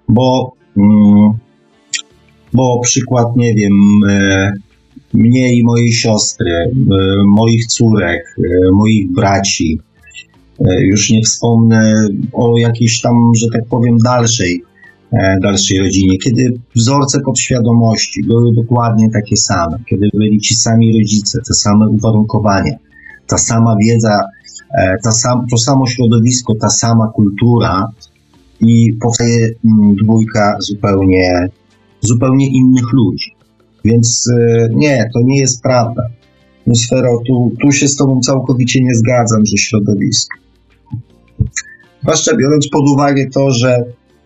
Bo przykład, nie wiem, mnie i mojej siostry, moich córek, moich braci, już nie wspomnę o jakiejś tam, że tak powiem, dalszej rodzinie, kiedy wzorce podświadomości były dokładnie takie same, kiedy byli ci sami rodzice, te same uwarunkowania, ta sama wiedza, to samo środowisko, ta sama kultura i powstaje dwójka zupełnie innych ludzi. Więc nie, to nie jest prawda. Sfero, tu się z tobą całkowicie nie zgadzam, że środowisko. Zwłaszcza biorąc pod uwagę to, że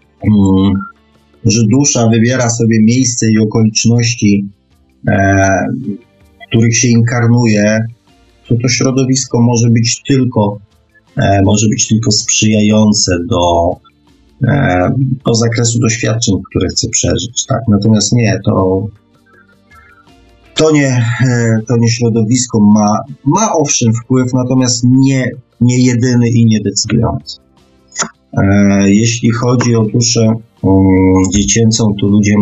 dusza wybiera sobie miejsce i okoliczności, w których się inkarnuje, to środowisko może być tylko sprzyjające do zakresu doświadczeń, które chce przeżyć. Tak? Natomiast nie, to nie środowisko ma owszem wpływ, natomiast nie jedyny i nie decydujący. Jeśli chodzi o duszę dziecięcą, to ludzie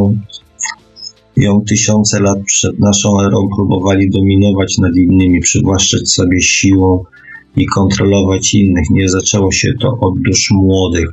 ją tysiące lat przed naszą erą próbowali dominować nad innymi, przywłaszczać sobie siłą i kontrolować innych. Nie zaczęło się to od dusz młodych.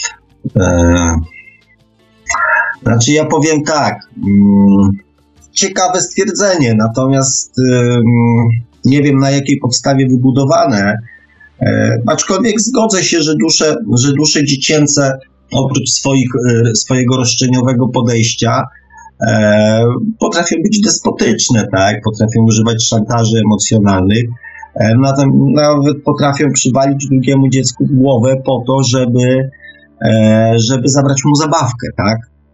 Znaczy ja powiem tak, ciekawe stwierdzenie, natomiast nie wiem na jakiej podstawie wybudowane, aczkolwiek zgodzę się, że dusze dziecięce oprócz swojego roszczeniowego podejścia potrafią być despotyczne, tak? Potrafią używać szantaży emocjonalnych, nawet potrafią przywalić drugiemu dziecku w głowę po to, żeby zabrać mu zabawkę, tak?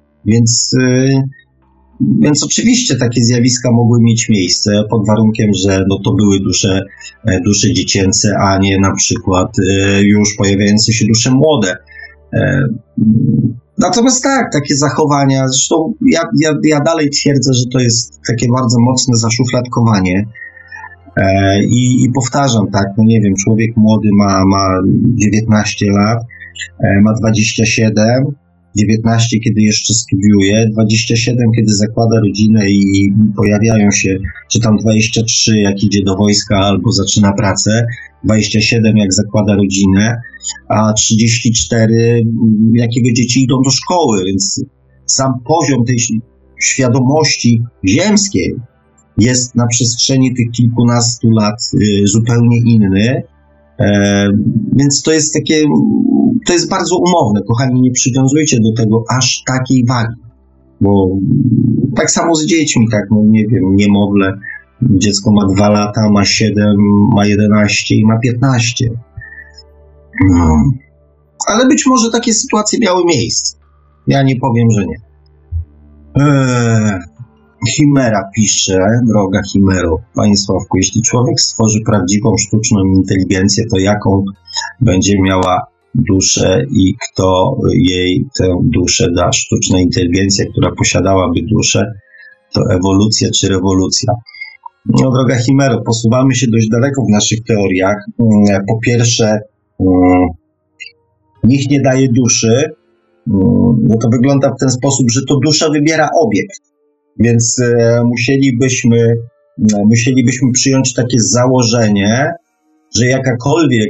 Więc oczywiście takie zjawiska mogły mieć miejsce pod warunkiem, że to były dusze dziecięce, a nie na przykład już pojawiające się dusze młode. Natomiast tak, takie zachowania, zresztą ja dalej twierdzę, że to jest takie bardzo mocne zaszufladkowanie i powtarzam, tak, nie wiem, człowiek młody ma 19 lat, ma 27, 19 kiedy jeszcze studiuje, 27 kiedy zakłada rodzinę i pojawiają się, czy tam 23 jak idzie do wojska albo zaczyna pracę, 27 jak zakłada rodzinę, a 34 jak jego dzieci idą do szkoły, więc sam poziom tej świadomości ziemskiej jest na przestrzeni tych kilkunastu lat zupełnie inny. Więc to jest bardzo umowne. Kochani, nie przywiązujcie do tego aż takiej wagi, bo tak samo z dziećmi, tak, nie wiem, niemowlę, dziecko ma 2 lata, ma 7, ma 11 i ma 15. Ale być może takie sytuacje miały miejsce. Ja nie powiem, że nie. Chimera pisze, droga Chimero, Panie Sławku, jeśli człowiek stworzy prawdziwą sztuczną inteligencję, to jaką będzie miała duszę i kto jej tę duszę da? Sztuczna inteligencja, która posiadałaby duszę, to ewolucja czy rewolucja? No, droga Chimero, posuwamy się dość daleko w naszych teoriach. Po pierwsze, nikt nie daje duszy, no to wygląda w ten sposób, że to dusza wybiera obiekt. Więc musielibyśmy przyjąć takie założenie, że jakakolwiek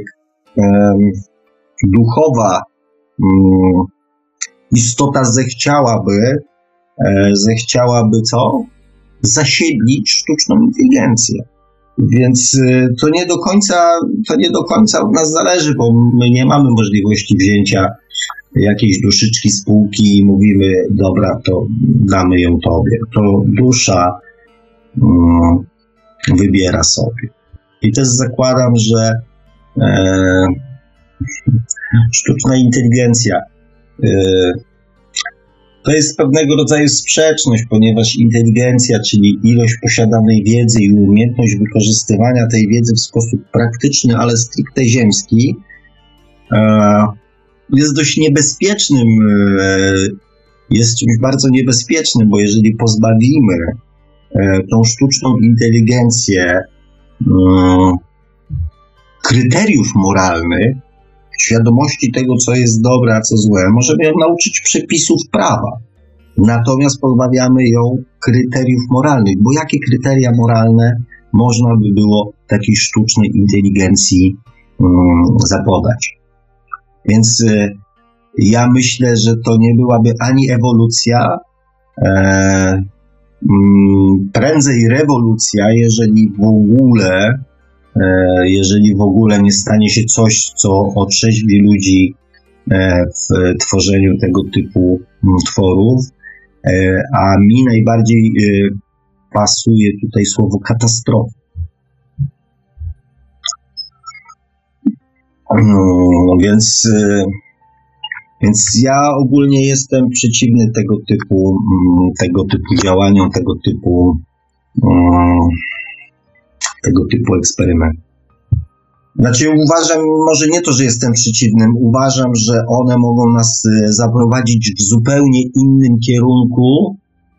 duchowa istota zechciałaby co? Zasiedlić sztuczną inteligencję. Więc to nie do końca od nas zależy, bo my nie mamy możliwości wzięcia jakiejś duszyczki spółki i mówimy, dobra, to damy ją tobie. To dusza wybiera sobie. I też zakładam, że sztuczna inteligencja to jest pewnego rodzaju sprzeczność, ponieważ inteligencja, czyli ilość posiadanej wiedzy i umiejętność wykorzystywania tej wiedzy w sposób praktyczny, ale stricte ziemski, jest dość niebezpiecznym, jest czymś bardzo niebezpiecznym, bo jeżeli pozbawimy tą sztuczną inteligencję kryteriów moralnych, świadomości tego, co jest dobre, a co złe, możemy ją nauczyć przepisów prawa. Natomiast pozbawiamy ją kryteriów moralnych, bo jakie kryteria moralne można by było takiej sztucznej inteligencji zapodać? Więc ja myślę, że to nie byłaby ani ewolucja, prędzej rewolucja, jeżeli w ogóle nie stanie się coś, co otrzeźwi ludzi w tworzeniu tego typu tworów, a mi najbardziej pasuje tutaj słowo katastrofa. Więc ja ogólnie jestem przeciwny tego typu działaniom, tego typu eksperymentom. Znaczy uważam, może nie to, że jestem przeciwnym, uważam, że one mogą nas zaprowadzić w zupełnie innym kierunku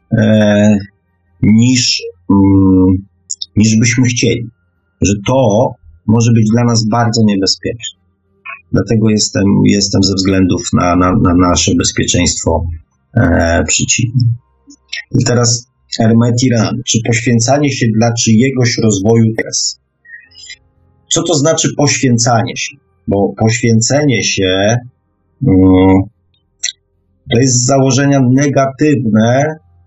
niż byśmy chcieli. Że to może być dla nas bardzo niebezpieczne. Dlatego jestem ze względów na nasze bezpieczeństwo przeciwny. I teraz Hermetiran, czy poświęcanie się dla czyjegoś rozwoju teraz? Co to znaczy poświęcanie się? Bo poświęcenie się to jest z założenia negatywne,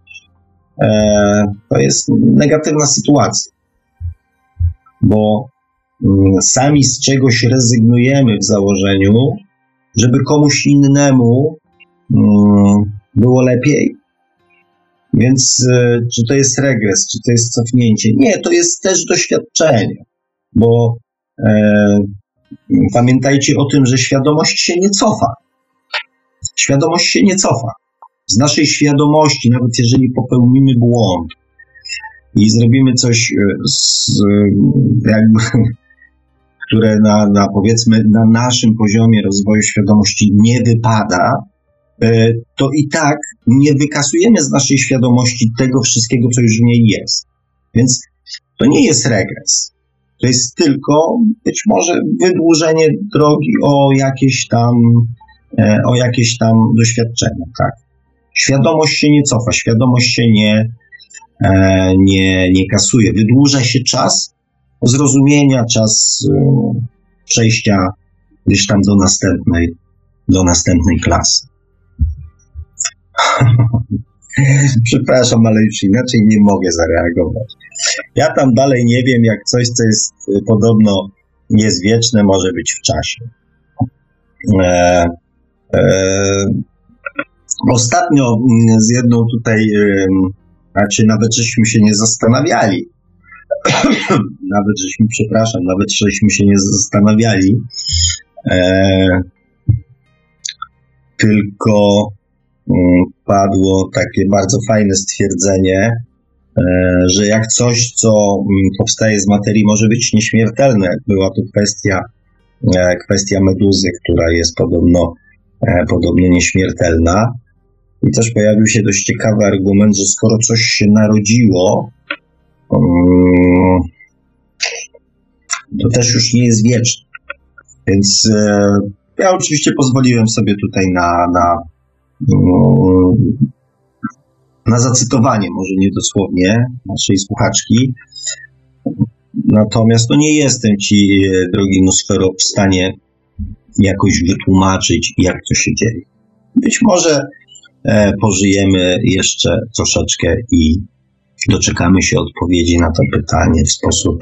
to jest negatywna sytuacja, bo sami z czegoś rezygnujemy w założeniu, żeby komuś innemu było lepiej. Więc czy to jest regres, czy to jest cofnięcie? Nie, to jest też doświadczenie, bo pamiętajcie o tym, że świadomość się nie cofa. Świadomość się nie cofa. Z naszej świadomości, nawet jeżeli popełnimy błąd i zrobimy coś, które powiedzmy na naszym poziomie rozwoju świadomości nie wypada, to i tak nie wykasujemy z naszej świadomości tego wszystkiego, co już w niej jest. Więc to nie jest regres. To jest tylko być może wydłużenie drogi o jakieś tam doświadczenia, tak. Świadomość się nie cofa, świadomość się nie kasuje. Wydłuża się czas zrozumienia, czas przejścia gdzieś tam do następnej klasy. Przepraszam, ale już inaczej nie mogę zareagować. Ja tam dalej nie wiem, jak coś, co jest podobno jest wieczne, może być w czasie. Ostatnio z jedną tutaj, nawet żeśmy się nie zastanawiali, nawet żeśmy się nie zastanawiali, tylko padło takie bardzo fajne stwierdzenie, że jak coś, co powstaje z materii, może być nieśmiertelne. Była to kwestia meduzy, która jest podobno nieśmiertelna. I też pojawił się dość ciekawy argument, że skoro coś się narodziło, to też już nie jest wieczne. Więc ja oczywiście pozwoliłem sobie tutaj na zacytowanie, może nie dosłownie, naszej słuchaczki. Natomiast nie jestem ci, drogi Nosfero, w stanie jakoś wytłumaczyć, jak to się dzieje. Być może pożyjemy jeszcze troszeczkę i doczekamy się odpowiedzi na to pytanie w sposób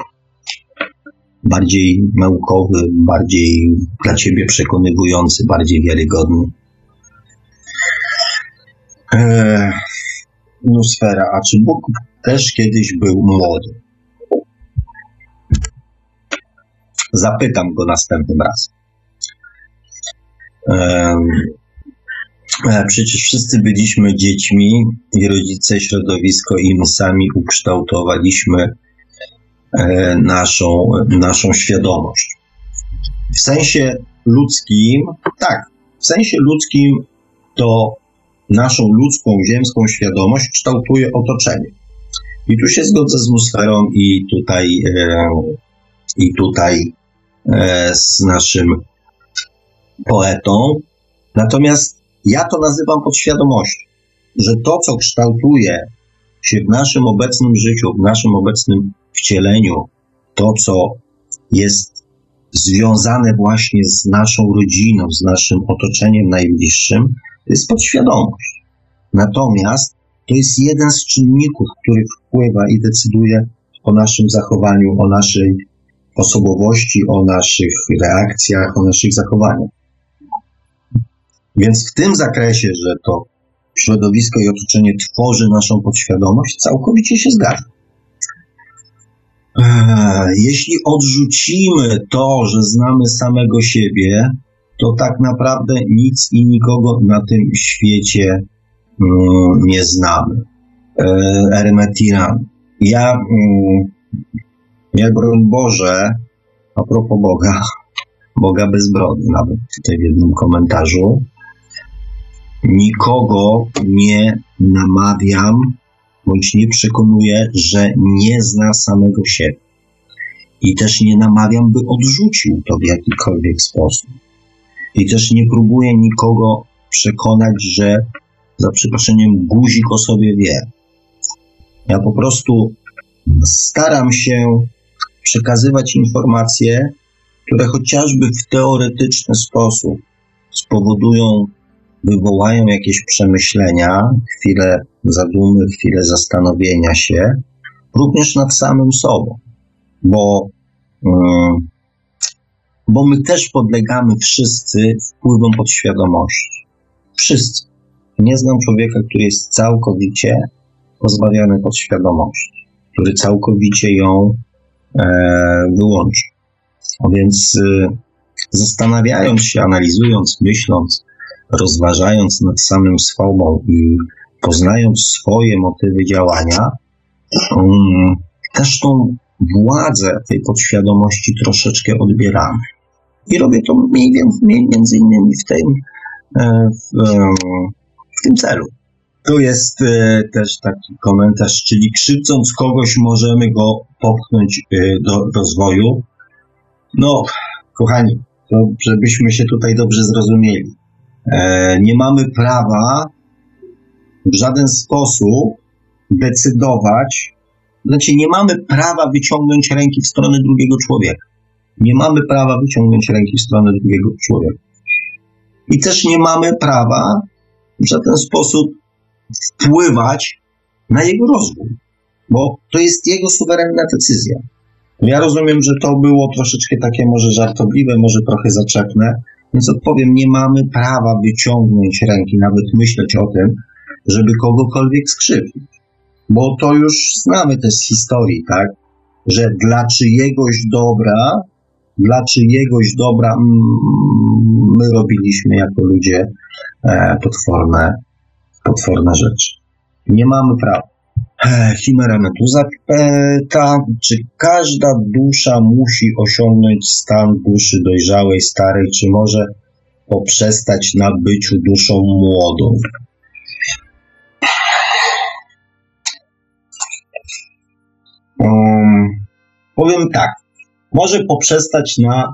bardziej naukowy, bardziej dla ciebie przekonywujący, bardziej wiarygodny. Nusfera, a czy Bóg też kiedyś był młody? Zapytam go następnym razem. Przecież wszyscy byliśmy dziećmi i rodzice, środowisko i my sami ukształtowaliśmy naszą świadomość. W sensie ludzkim, tak, w sensie ludzkim to naszą ludzką, ziemską świadomość kształtuje otoczenie. I tu się zgodzę z Nusferą i tutaj z naszym poetą. Natomiast ja to nazywam podświadomością, że to, co kształtuje się w naszym obecnym życiu, w naszym obecnym wcieleniu, to, co jest związane właśnie z naszą rodziną, z naszym otoczeniem najbliższym, to jest podświadomość. Natomiast to jest jeden z czynników, który wpływa i decyduje o naszym zachowaniu, o naszej osobowości, o naszych reakcjach, o naszych zachowaniach. Więc w tym zakresie, że to środowisko i otoczenie tworzy naszą podświadomość, całkowicie się zgadzam. Jeśli odrzucimy to, że znamy samego siebie, to tak naprawdę nic i nikogo na tym świecie nie znamy. Ermetiran. Ja, broń Boże, a propos Boga bez brody, nawet tutaj w jednym komentarzu, nikogo nie namawiam, bądź nie przekonuję, że nie zna samego siebie. I też nie namawiam, by odrzucił to w jakikolwiek sposób. I też nie próbuję nikogo przekonać, że za przeproszeniem guzik o sobie wie. Ja po prostu staram się przekazywać informacje, które chociażby w teoretyczny sposób wywołają jakieś przemyślenia, chwilę zadumy, chwilę zastanowienia się, również nad samym sobą, bo my też podlegamy wszyscy wpływom podświadomości. Wszyscy. Nie znam człowieka, który jest całkowicie pozbawiony podświadomości, który całkowicie ją wyłączy. A więc zastanawiając się, analizując, myśląc, rozważając nad samym sobą i poznając swoje motywy działania, też tą władzę tej podświadomości troszeczkę odbieramy. I robię to między innymi w tym celu. Tu jest też taki komentarz, czyli krzywdząc kogoś możemy go popchnąć do rozwoju. No, kochani, to żebyśmy się tutaj dobrze zrozumieli. Nie mamy prawa w żaden sposób decydować, znaczy nie mamy prawa wyciągnąć ręki w stronę drugiego człowieka. Nie mamy prawa wyciągnąć ręki w stronę drugiego człowieka. I też nie mamy prawa w żaden sposób wpływać na jego rozwój, bo to jest jego suwerenna decyzja. Ja rozumiem, że to było troszeczkę takie może żartobliwe, może trochę zaczepne, więc odpowiem, nie mamy prawa wyciągnąć ręki, nawet myśleć o tym, żeby kogokolwiek skrzywdzić. Bo to już znamy też z historii, tak? Że dla czyjegoś dobra my robiliśmy jako ludzie potworne rzeczy. Nie mamy prawa. Chimera Meduza pyta, czy każda dusza musi osiągnąć stan duszy dojrzałej, starej, czy może poprzestać na byciu duszą młodą? Powiem tak, może poprzestać na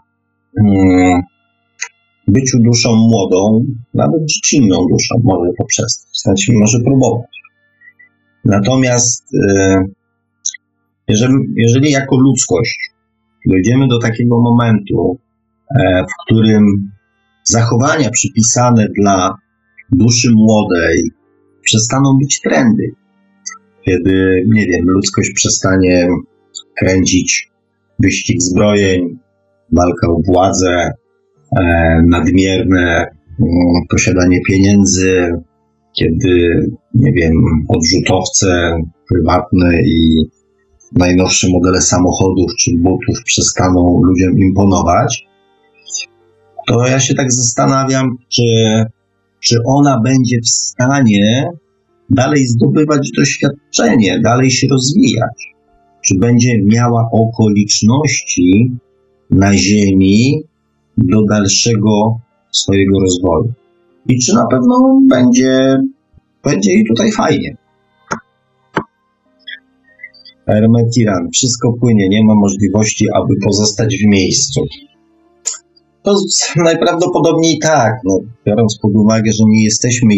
byciu duszą młodą, nawet dziecinną duszą może poprzestać, znaczy może próbować. Natomiast jeżeli jako ludzkość dojdziemy do takiego momentu, w którym zachowania przypisane dla duszy młodej przestaną być trendy, kiedy, nie wiem, ludzkość przestanie kręcić wyścig zbrojeń, walka o władzę, nadmierne posiadanie pieniędzy, kiedy, nie wiem, odrzutowce prywatne i najnowsze modele samochodów czy butów przestaną ludziom imponować, to ja się tak zastanawiam, czy ona będzie w stanie dalej zdobywać doświadczenie, dalej się rozwijać, czy będzie miała okoliczności na Ziemi do dalszego swojego rozwoju. I czy na pewno będzie jej tutaj fajnie. Hermetiran, wszystko płynie, nie ma możliwości, aby pozostać w miejscu. To najprawdopodobniej tak, biorąc pod uwagę, że nie jesteśmy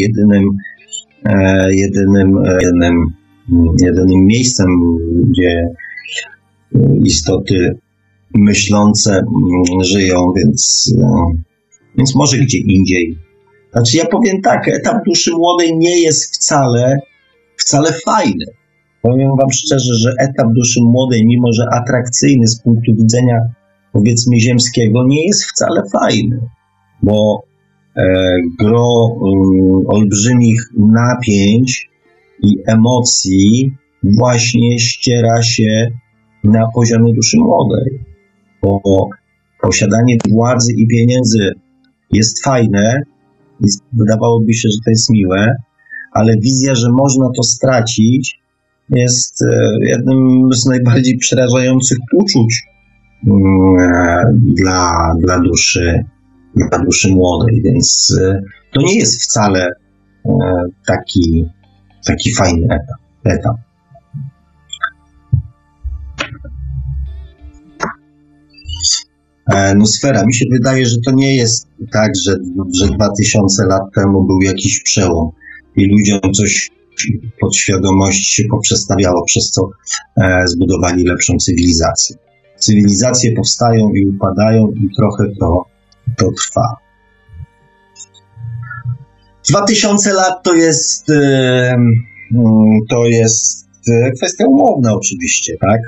jedynym miejscem, gdzie istoty myślące żyją, więc może gdzie indziej. Znaczy ja powiem tak, etap duszy młodej nie jest wcale fajny. Powiem wam szczerze, że etap duszy młodej, mimo że atrakcyjny z punktu widzenia, powiedzmy, ziemskiego, nie jest wcale fajny, bo gro olbrzymich napięć i emocji właśnie ściera się na poziomie duszy młodej, bo posiadanie władzy i pieniędzy jest fajne i wydawałoby się, że to jest miłe, ale wizja, że można to stracić, jest jednym z najbardziej przerażających uczuć dla duszy młodej, więc to nie jest wcale taki fajny etap. Sfera, mi się wydaje, że to nie jest tak, że 2000 lat temu był jakiś przełom i ludziom coś podświadomości się poprzestawiało, przez co zbudowali lepszą cywilizację. Cywilizacje powstają i upadają i trochę to trwa. 2000 lat to jest kwestia umowna oczywiście, tak?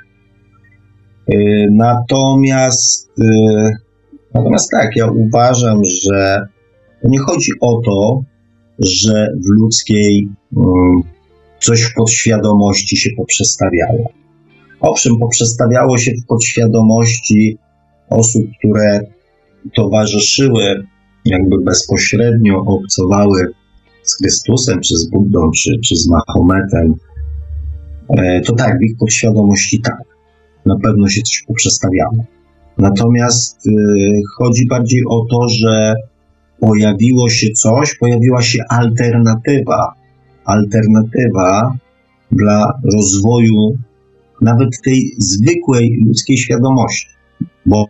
Natomiast tak, ja uważam, że nie chodzi o to, że w ludzkiej coś w podświadomości się poprzestawiało. Owszem, poprzestawiało się w podświadomości osób, które towarzyszyły, jakby bezpośrednio obcowały z Chrystusem, czy z Buddą, czy z Mahometem. To tak, w ich podświadomości tak. Na pewno się coś poprzestawiało. Natomiast chodzi bardziej o to, że pojawiła się alternatywa dla rozwoju nawet tej zwykłej ludzkiej świadomości, bo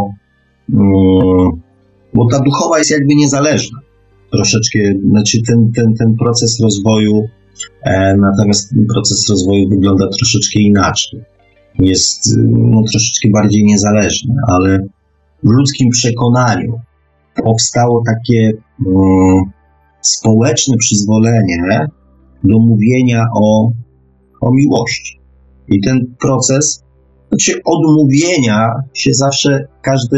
ta duchowa jest jakby niezależna. Troszeczkę, znaczy ten proces rozwoju, natomiast ten proces rozwoju wygląda troszeczkę inaczej. Jest troszeczkę bardziej niezależny, ale w ludzkim przekonaniu powstało takie społeczne przyzwolenie do mówienia o miłości. I ten proces, odmówienia się zawsze,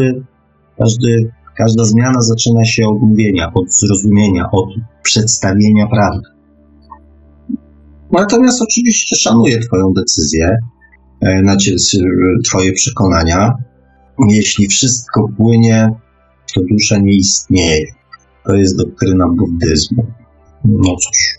każda zmiana zaczyna się od mówienia, od zrozumienia, od przedstawienia prawdy. Natomiast oczywiście szanuję twoją decyzję, twoje przekonania. Jeśli wszystko płynie, to dusza nie istnieje. To jest doktryna buddyzmu. No cóż.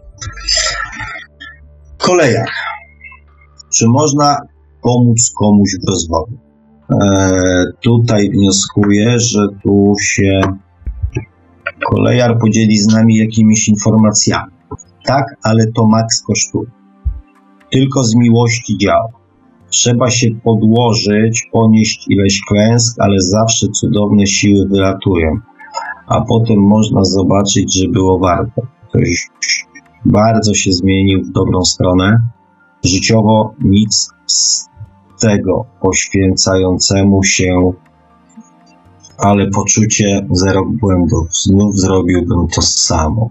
Kolejarz. Czy można pomóc komuś w rozwoju? Tutaj wnioskuję, że tu się kolejar podzieli z nami jakimiś informacjami. Tak, ale to maks kosztuje. Tylko z miłości działa. Trzeba się podłożyć, ponieść ileś klęsk, ale zawsze cudowne siły wylatują. A potem można zobaczyć, że było warto. Ktoś bardzo się zmienił w dobrą stronę. Życiowo nic z tego poświęcającemu się, ale poczucie zero błędów. Znów zrobiłbym to samo.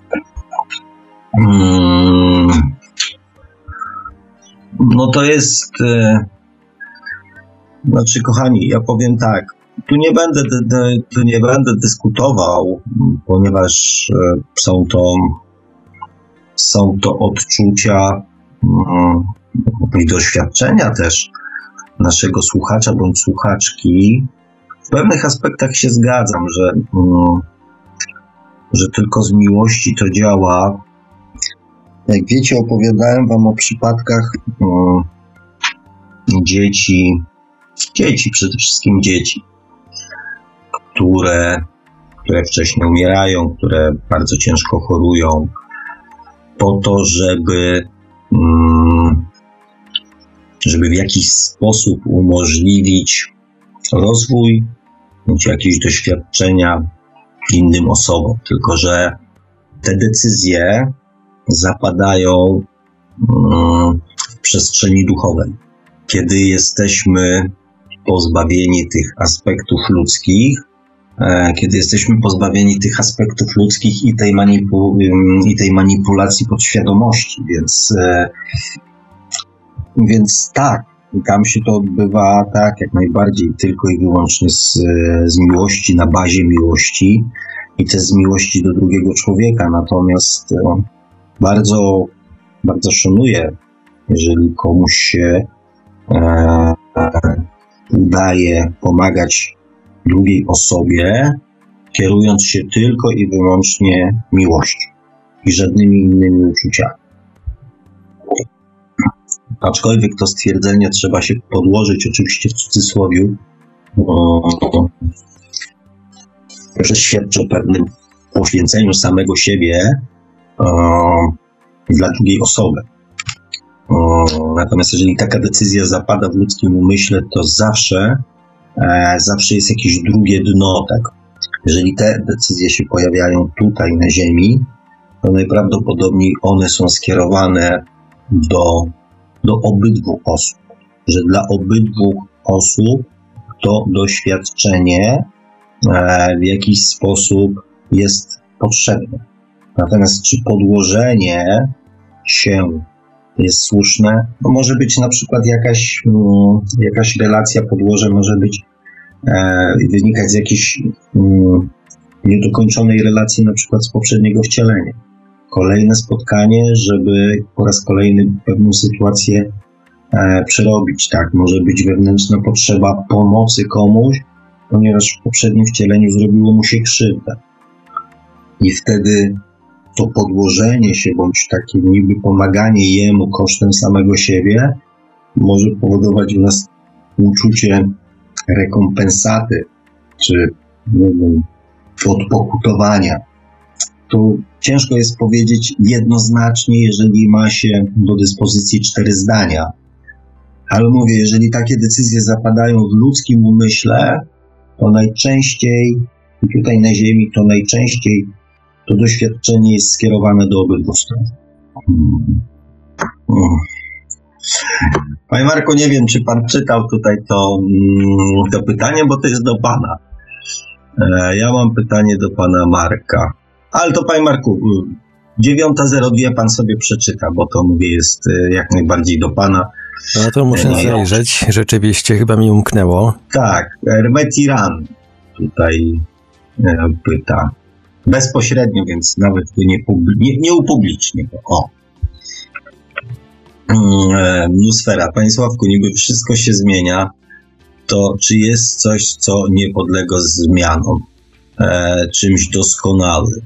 No to jest... kochani, ja powiem tak. Tu nie będę dyskutował, ponieważ są to są to odczucia i doświadczenia też naszego słuchacza bądź słuchaczki. W pewnych aspektach się zgadzam, że tylko z miłości to działa. Jak wiecie, opowiadałem wam o przypadkach dzieci, przede wszystkim dzieci, które wcześniej umierają, które bardzo ciężko chorują, po to, żeby w jakiś sposób umożliwić rozwój bądź jakieś doświadczenia innym osobom. Tylko że te decyzje zapadają w przestrzeni duchowej. Kiedy jesteśmy pozbawieni tych aspektów ludzkich, i tej manipulacji podświadomości, więc tak, tam się to odbywa tak jak najbardziej tylko i wyłącznie z miłości, na bazie miłości i też z miłości do drugiego człowieka. Natomiast bardzo, bardzo szanuję, jeżeli komuś się udaje pomagać drugiej osobie, kierując się tylko i wyłącznie miłością i żadnymi innymi uczuciami. Aczkolwiek to stwierdzenie trzeba się podłożyć, oczywiście w cudzysłowie, że świadczy o pewnym poświęceniu samego siebie dla drugiej osoby. Natomiast jeżeli taka decyzja zapada w ludzkim umyśle, to zawsze jest jakieś drugie dno tego. Jeżeli te decyzje się pojawiają tutaj na Ziemi, to najprawdopodobniej one są skierowane do obydwu osób. Że dla obydwu osób to doświadczenie w jakiś sposób jest potrzebne. Natomiast czy podłożenie się jest słuszne? No może być na przykład jakaś relacja, podłoże może być wynikać z jakiejś niedokończonej relacji, na przykład z poprzedniego wcielenia. Kolejne spotkanie, żeby po raz kolejny pewną sytuację przerobić, tak? Może być wewnętrzna potrzeba pomocy komuś, ponieważ w poprzednim wcieleniu zrobiło mu się krzywdę. I wtedy to podłożenie się, bądź takie niby pomaganie jemu kosztem samego siebie, może powodować w nas uczucie rekompensaty, czy odpokutowania. To ciężko jest powiedzieć jednoznacznie, jeżeli ma się do dyspozycji 4 zdania. Ale mówię, jeżeli takie decyzje zapadają w ludzkim umyśle, to najczęściej, i tutaj na Ziemi, to najczęściej to doświadczenie jest skierowane do obydwu stron. Panie Marku, nie wiem, czy pan czytał tutaj to pytanie, bo to jest do pana. Ja mam pytanie do pana Marka. Ale to, panie Marku, 9:02 pan sobie przeczyta, bo to, mówię, jest jak najbardziej do pana. No to muszę zajrzeć, rzeczywiście chyba mi umknęło. Tak, Hermetiran tutaj pyta. Bezpośrednio, więc nawet go nie upublicznie go. O. Nusfera. Panie Sławku, niby wszystko się zmienia, to czy jest coś, co nie podlega zmianom? Czymś doskonałym?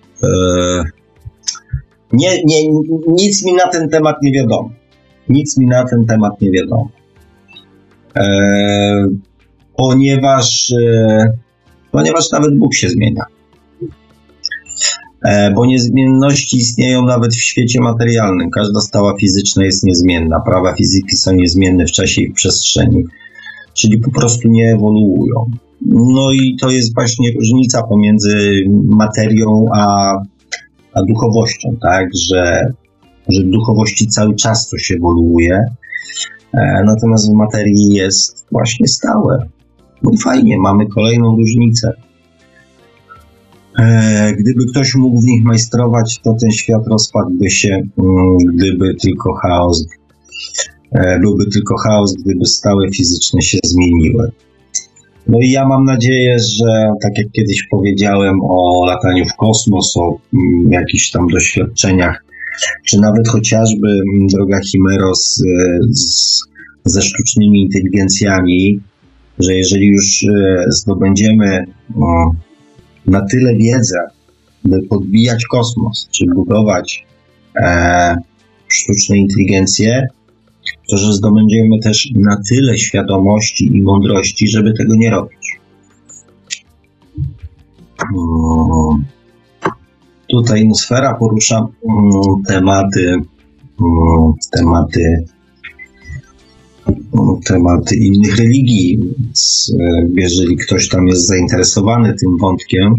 Nic mi na ten temat nie wiadomo. Ponieważ nawet Bóg się zmienia. Bo niezmienności istnieją nawet w świecie materialnym. Każda stała fizyczna jest niezmienna. Prawa fizyki są niezmienne w czasie i w przestrzeni. Czyli po prostu nie ewoluują. No i to jest właśnie różnica pomiędzy materią a duchowością, tak? Że w duchowości cały czas coś ewoluuje, natomiast w materii jest właśnie stałe. No i fajnie, mamy kolejną różnicę. Gdyby ktoś mógł w nich majstrować, to ten świat rozpadłby się, byłby tylko chaos, gdyby stałe fizyczne się zmieniły. No i ja mam nadzieję, że tak jak kiedyś powiedziałem o lataniu w kosmos, o jakichś tam doświadczeniach czy nawet chociażby, droga Chimero, ze sztucznymi inteligencjami, że jeżeli już zdobędziemy na tyle wiedzę, by podbijać kosmos, czy budować sztuczne inteligencje, to że zdobędziemy też na tyle świadomości i mądrości, żeby tego nie robić. Tutaj Sfera porusza tematy innych religii, więc jeżeli ktoś tam jest zainteresowany tym wątkiem,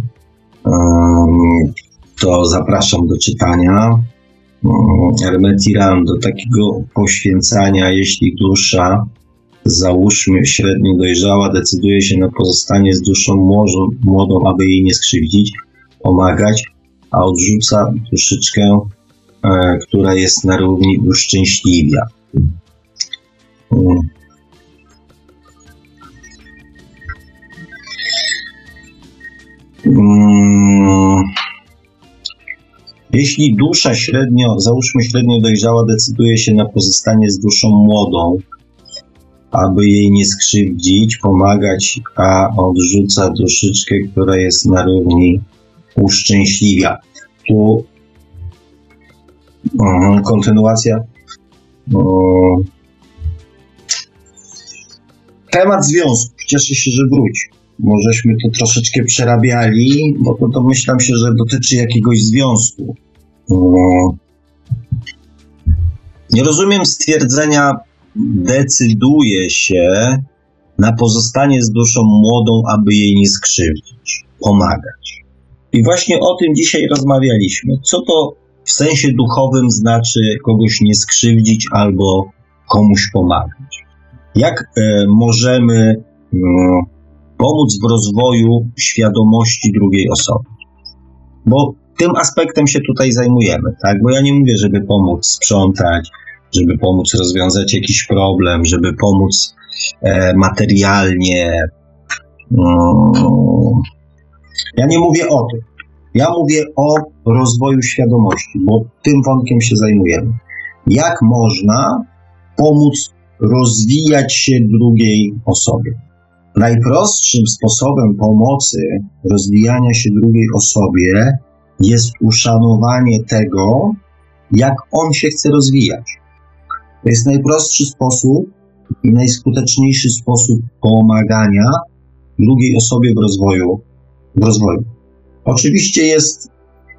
to zapraszam do czytania. Hermetiran, do takiego poświęcania, jeśli dusza, załóżmy, średnio dojrzała, decyduje się na pozostanie z duszą młodą, aby jej nie skrzywdzić, pomagać, a odrzuca duszyczkę, która jest na równi, uszczęśliwia. Jeśli dusza załóżmy średnio dojrzała, decyduje się na pozostanie z duszą młodą, aby jej nie skrzywdzić, pomagać, a odrzuca duszyczkę, która jest na równi, uszczęśliwia. Tu kontynuacja. Temat związku. Cieszę się, że wrócił. Możeśmy to troszeczkę przerabiali, bo to domyślam się, że dotyczy jakiegoś związku. Nie rozumiem stwierdzenia, decyduje się na pozostanie z duszą młodą, aby jej nie skrzywdzić, pomagać. I właśnie o tym dzisiaj rozmawialiśmy. Co to w sensie duchowym znaczy kogoś nie skrzywdzić albo komuś pomagać? Jak możemy pomóc w rozwoju świadomości drugiej osoby? Bo tym aspektem się tutaj zajmujemy, tak? Bo ja nie mówię, żeby pomóc sprzątać, żeby pomóc rozwiązać jakiś problem, żeby pomóc materialnie. Ja nie mówię o tym. Ja mówię o rozwoju świadomości, bo tym wątkiem się zajmujemy. Jak można pomóc rozwijać się drugiej osobie? Najprostszym sposobem pomocy rozwijania się drugiej osobie jest uszanowanie tego, jak on się chce rozwijać. To jest najprostszy sposób i najskuteczniejszy sposób pomagania drugiej osobie w rozwoju. Oczywiście jest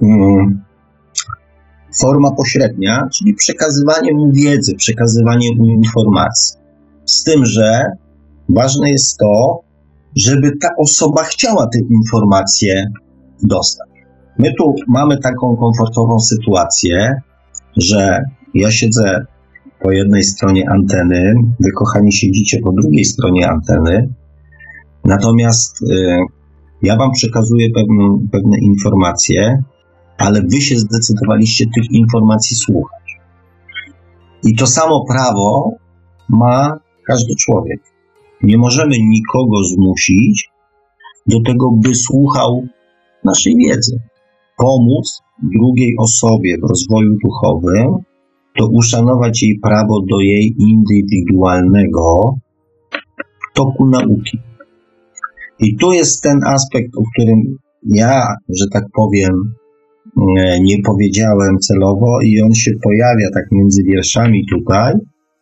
forma pośrednia, czyli przekazywanie mu wiedzy, przekazywanie mu informacji. Z tym, że ważne jest to, żeby ta osoba chciała te informacje dostać. My tu mamy taką komfortową sytuację, że ja siedzę po jednej stronie anteny, wy kochani siedzicie po drugiej stronie anteny, natomiast ja wam przekazuję pewne informacje, ale wy się zdecydowaliście tych informacji słuchać. I to samo prawo ma każdy człowiek. Nie możemy nikogo zmusić do tego, by słuchał naszej wiedzy. Pomóc drugiej osobie w rozwoju duchowym to uszanować jej prawo do jej indywidualnego toku nauki. I tu jest ten aspekt, o którym ja, że tak powiem, nie powiedziałem celowo i on się pojawia tak między wierszami tutaj.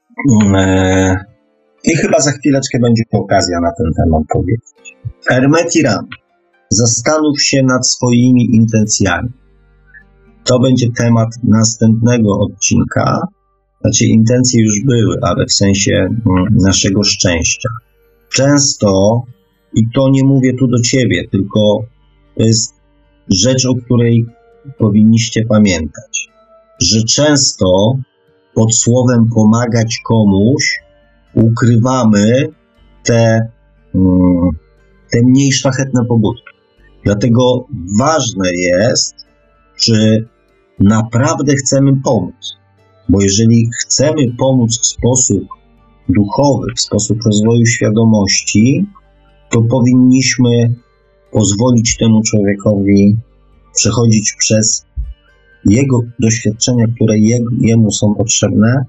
I chyba za chwileczkę będzie okazja na ten temat powiedzieć. Hermetiran, zastanów się nad swoimi intencjami. To będzie temat następnego odcinka. Znaczy intencje już były, ale w sensie naszego szczęścia. Często, i to nie mówię tu do ciebie, tylko to jest rzecz, o której powinniście pamiętać, że często pod słowem pomagać komuś ukrywamy te mniej szlachetne pobudki. Dlatego ważne jest, czy naprawdę chcemy pomóc. Bo jeżeli chcemy pomóc w sposób duchowy, w sposób rozwoju świadomości, to powinniśmy pozwolić temu człowiekowi przechodzić przez jego doświadczenia, które jemu są potrzebne,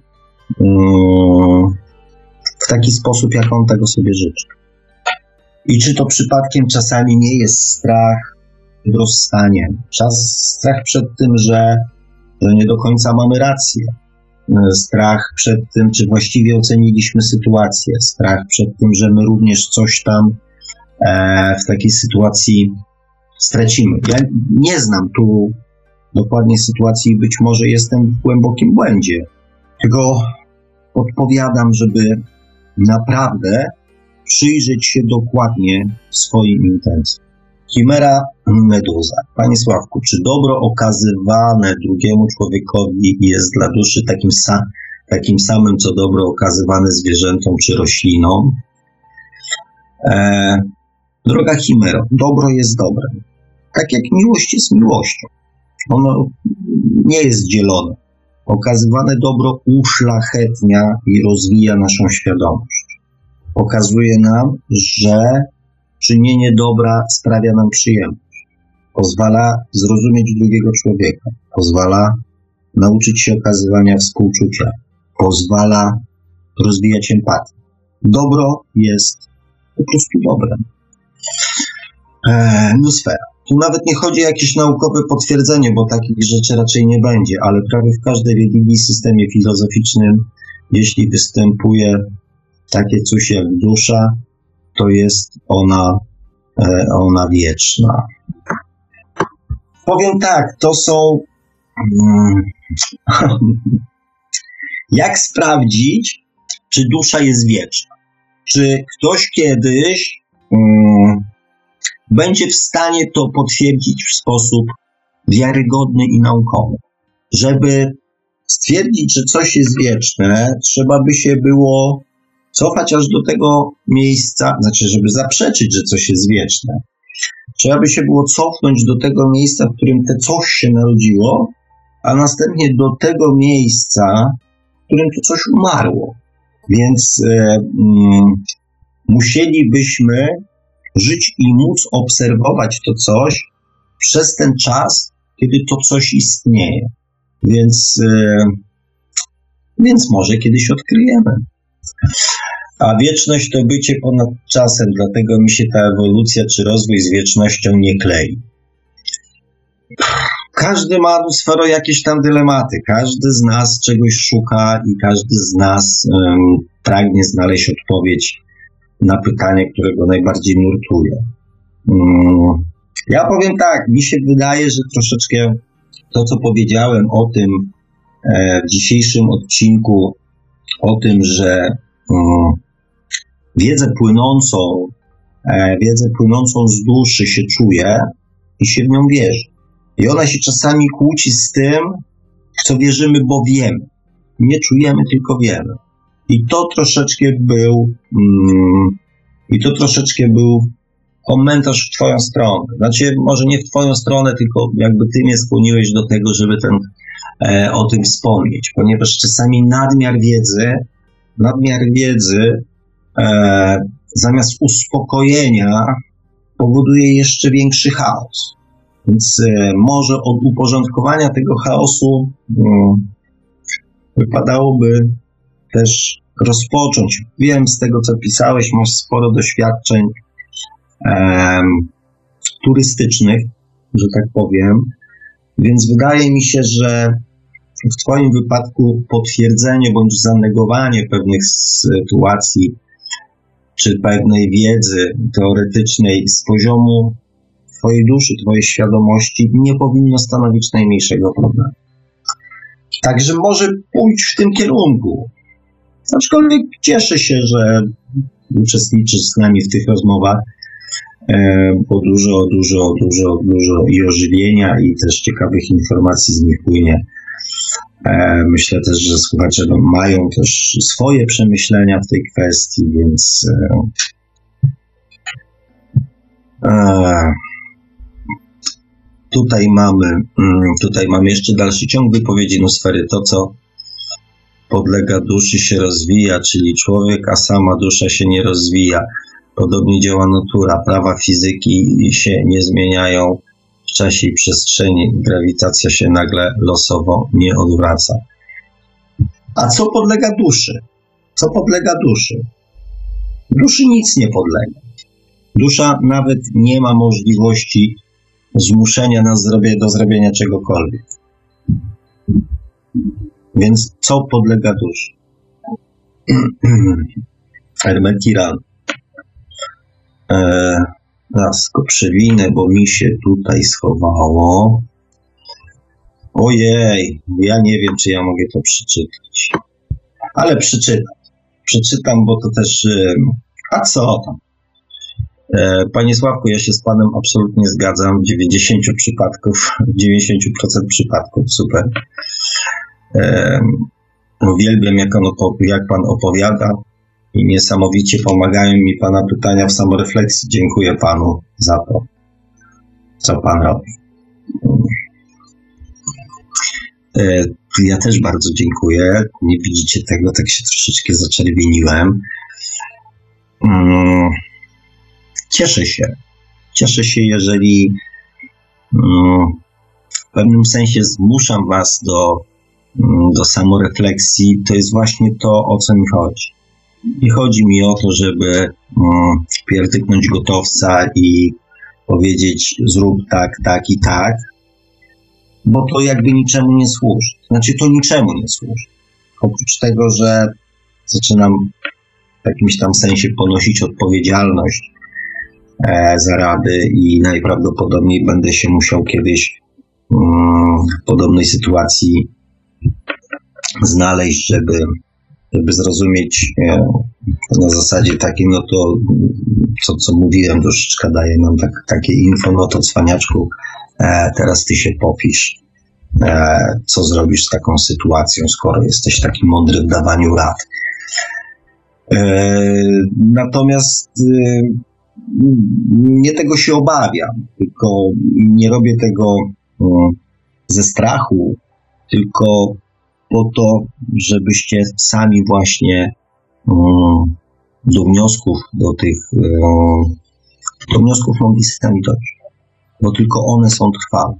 w taki sposób, jak on tego sobie życzy. I czy to przypadkiem czasami nie jest strach przed rozstaniem, strach przed tym, że nie do końca mamy rację, strach przed tym, czy właściwie oceniliśmy sytuację, strach przed tym, że my również coś tam w takiej sytuacji stracimy. Ja nie znam tu dokładnie sytuacji, być może jestem w głębokim błędzie, tylko podpowiadam, żeby naprawdę przyjrzeć się dokładnie swoim intencjom. Chimera Meduza. Panie Sławku, czy dobro okazywane drugiemu człowiekowi jest dla duszy takim samym, co dobro okazywane zwierzętom czy roślinom? Droga Chimero, dobro jest dobrem. Tak jak miłość jest miłością. Ono nie jest dzielone. Okazywane dobro uszlachetnia i rozwija naszą świadomość. Pokazuje nam, że czynienie dobra sprawia nam przyjemność. Pozwala zrozumieć drugiego człowieka. Pozwala nauczyć się okazywania współczucia. Pozwala rozwijać empatię. Dobro jest po prostu dobrem. Nosfera. Tu nawet nie chodzi o jakieś naukowe potwierdzenie, bo takich rzeczy raczej nie będzie, ale prawie w każdej religii, systemie filozoficznym, jeśli występuje takie coś jak dusza, to jest ona wieczna. Powiem tak, to są... Jak sprawdzić, czy dusza jest wieczna? Czy ktoś kiedyś będzie w stanie to potwierdzić w sposób wiarygodny i naukowy? Żeby stwierdzić, że coś jest wieczne, trzeba by się było cofać aż do tego miejsca, znaczy, żeby zaprzeczyć, że coś jest wieczne. Trzeba by się było cofnąć do tego miejsca, w którym te coś się narodziło, a następnie do tego miejsca, w którym to coś umarło. Więc musielibyśmy żyć i móc obserwować to coś przez ten czas, kiedy to coś istnieje. Więc może kiedyś odkryjemy. A wieczność to bycie ponad czasem, dlatego mi się ta ewolucja czy rozwój z wiecznością nie klei. Każdy ma, Sfero, jakieś tam dylematy. Każdy z nas czegoś szuka i każdy z nas pragnie znaleźć odpowiedź na pytanie, które go najbardziej nurtuje. Ja powiem tak, mi się wydaje, że troszeczkę to, co powiedziałem o tym w dzisiejszym odcinku, o tym, że wiedzę płynącą z duszy się czuje i się w nią wierzy. I ona się czasami kłóci z tym, w co wierzymy, bo wiemy. Nie czujemy, tylko wiemy. I to troszeczkę był komentarz w twoją stronę. Znaczy, może nie w twoją stronę, tylko jakby ty mnie skłoniłeś do tego, żeby o tym wspomnieć. Ponieważ czasami nadmiar wiedzy zamiast uspokojenia powoduje jeszcze większy chaos. Więc może od uporządkowania tego chaosu wypadałoby też rozpocząć. Wiem z tego, co pisałeś, masz sporo doświadczeń turystycznych, że tak powiem, więc wydaje mi się, że w twoim wypadku potwierdzenie bądź zanegowanie pewnych sytuacji czy pewnej wiedzy teoretycznej z poziomu twojej duszy, twojej świadomości nie powinno stanowić najmniejszego problemu. Także może pójdź w tym kierunku. Aczkolwiek cieszę się, że uczestniczysz z nami w tych rozmowach, bo dużo i ożywienia i też ciekawych informacji z nich płynie. Myślę też, że słuchacze mają też swoje przemyślenia w tej kwestii, więc tutaj mamy jeszcze dalszy ciąg wypowiedzi Nosfery. To, co podlega duszy, się rozwija, czyli człowiek, a sama dusza się nie rozwija. Podobnie działa natura, prawa fizyki się nie zmieniają, w czasie i przestrzeni grawitacja się nagle losowo nie odwraca. A co podlega duszy? Co podlega duszy? Duszy nic nie podlega. Dusza nawet nie ma możliwości zmuszenia nas do zrobienia czegokolwiek. Więc co podlega duszy? Hermetira. Raz go przewinę, bo mi się tutaj schowało. Ojej, ja nie wiem, czy ja mogę to przeczytać. Ale przeczytam, bo to też... A co tam? Panie Sławku, ja się z Panem absolutnie zgadzam w 90% przypadków, super. Uwielbiam, jak Pan opowiada i niesamowicie pomagają mi Pana pytania w samorefleksji. Dziękuję Panu za to, co Pan robi. Ja też bardzo dziękuję. Nie widzicie tego, tak się troszeczkę zaczerwieniłem. Cieszę się, jeżeli w pewnym sensie zmuszam Was do samorefleksji. To jest właśnie to, o co mi chodzi. Nie chodzi mi o to, żeby pierdyknąć gotowca i powiedzieć zrób tak, tak i tak, bo to jakby niczemu nie służy. Znaczy to niczemu nie służy. Oprócz tego, że zaczynam w jakimś tam sensie ponosić odpowiedzialność za rady i najprawdopodobniej będę się musiał kiedyś w podobnej sytuacji znaleźć, żeby zrozumieć na zasadzie takiej, no to co mówiłem, troszeczkę daję nam takie info, no to cwaniaczku, teraz ty się popisz, co zrobisz z taką sytuacją, skoro jesteś taki mądry w dawaniu rad. Natomiast nie tego się obawiam, tylko nie robię tego ze strachu, tylko po to, żebyście sami właśnie do wniosków mogli sami dojść, bo tylko one są trwałe.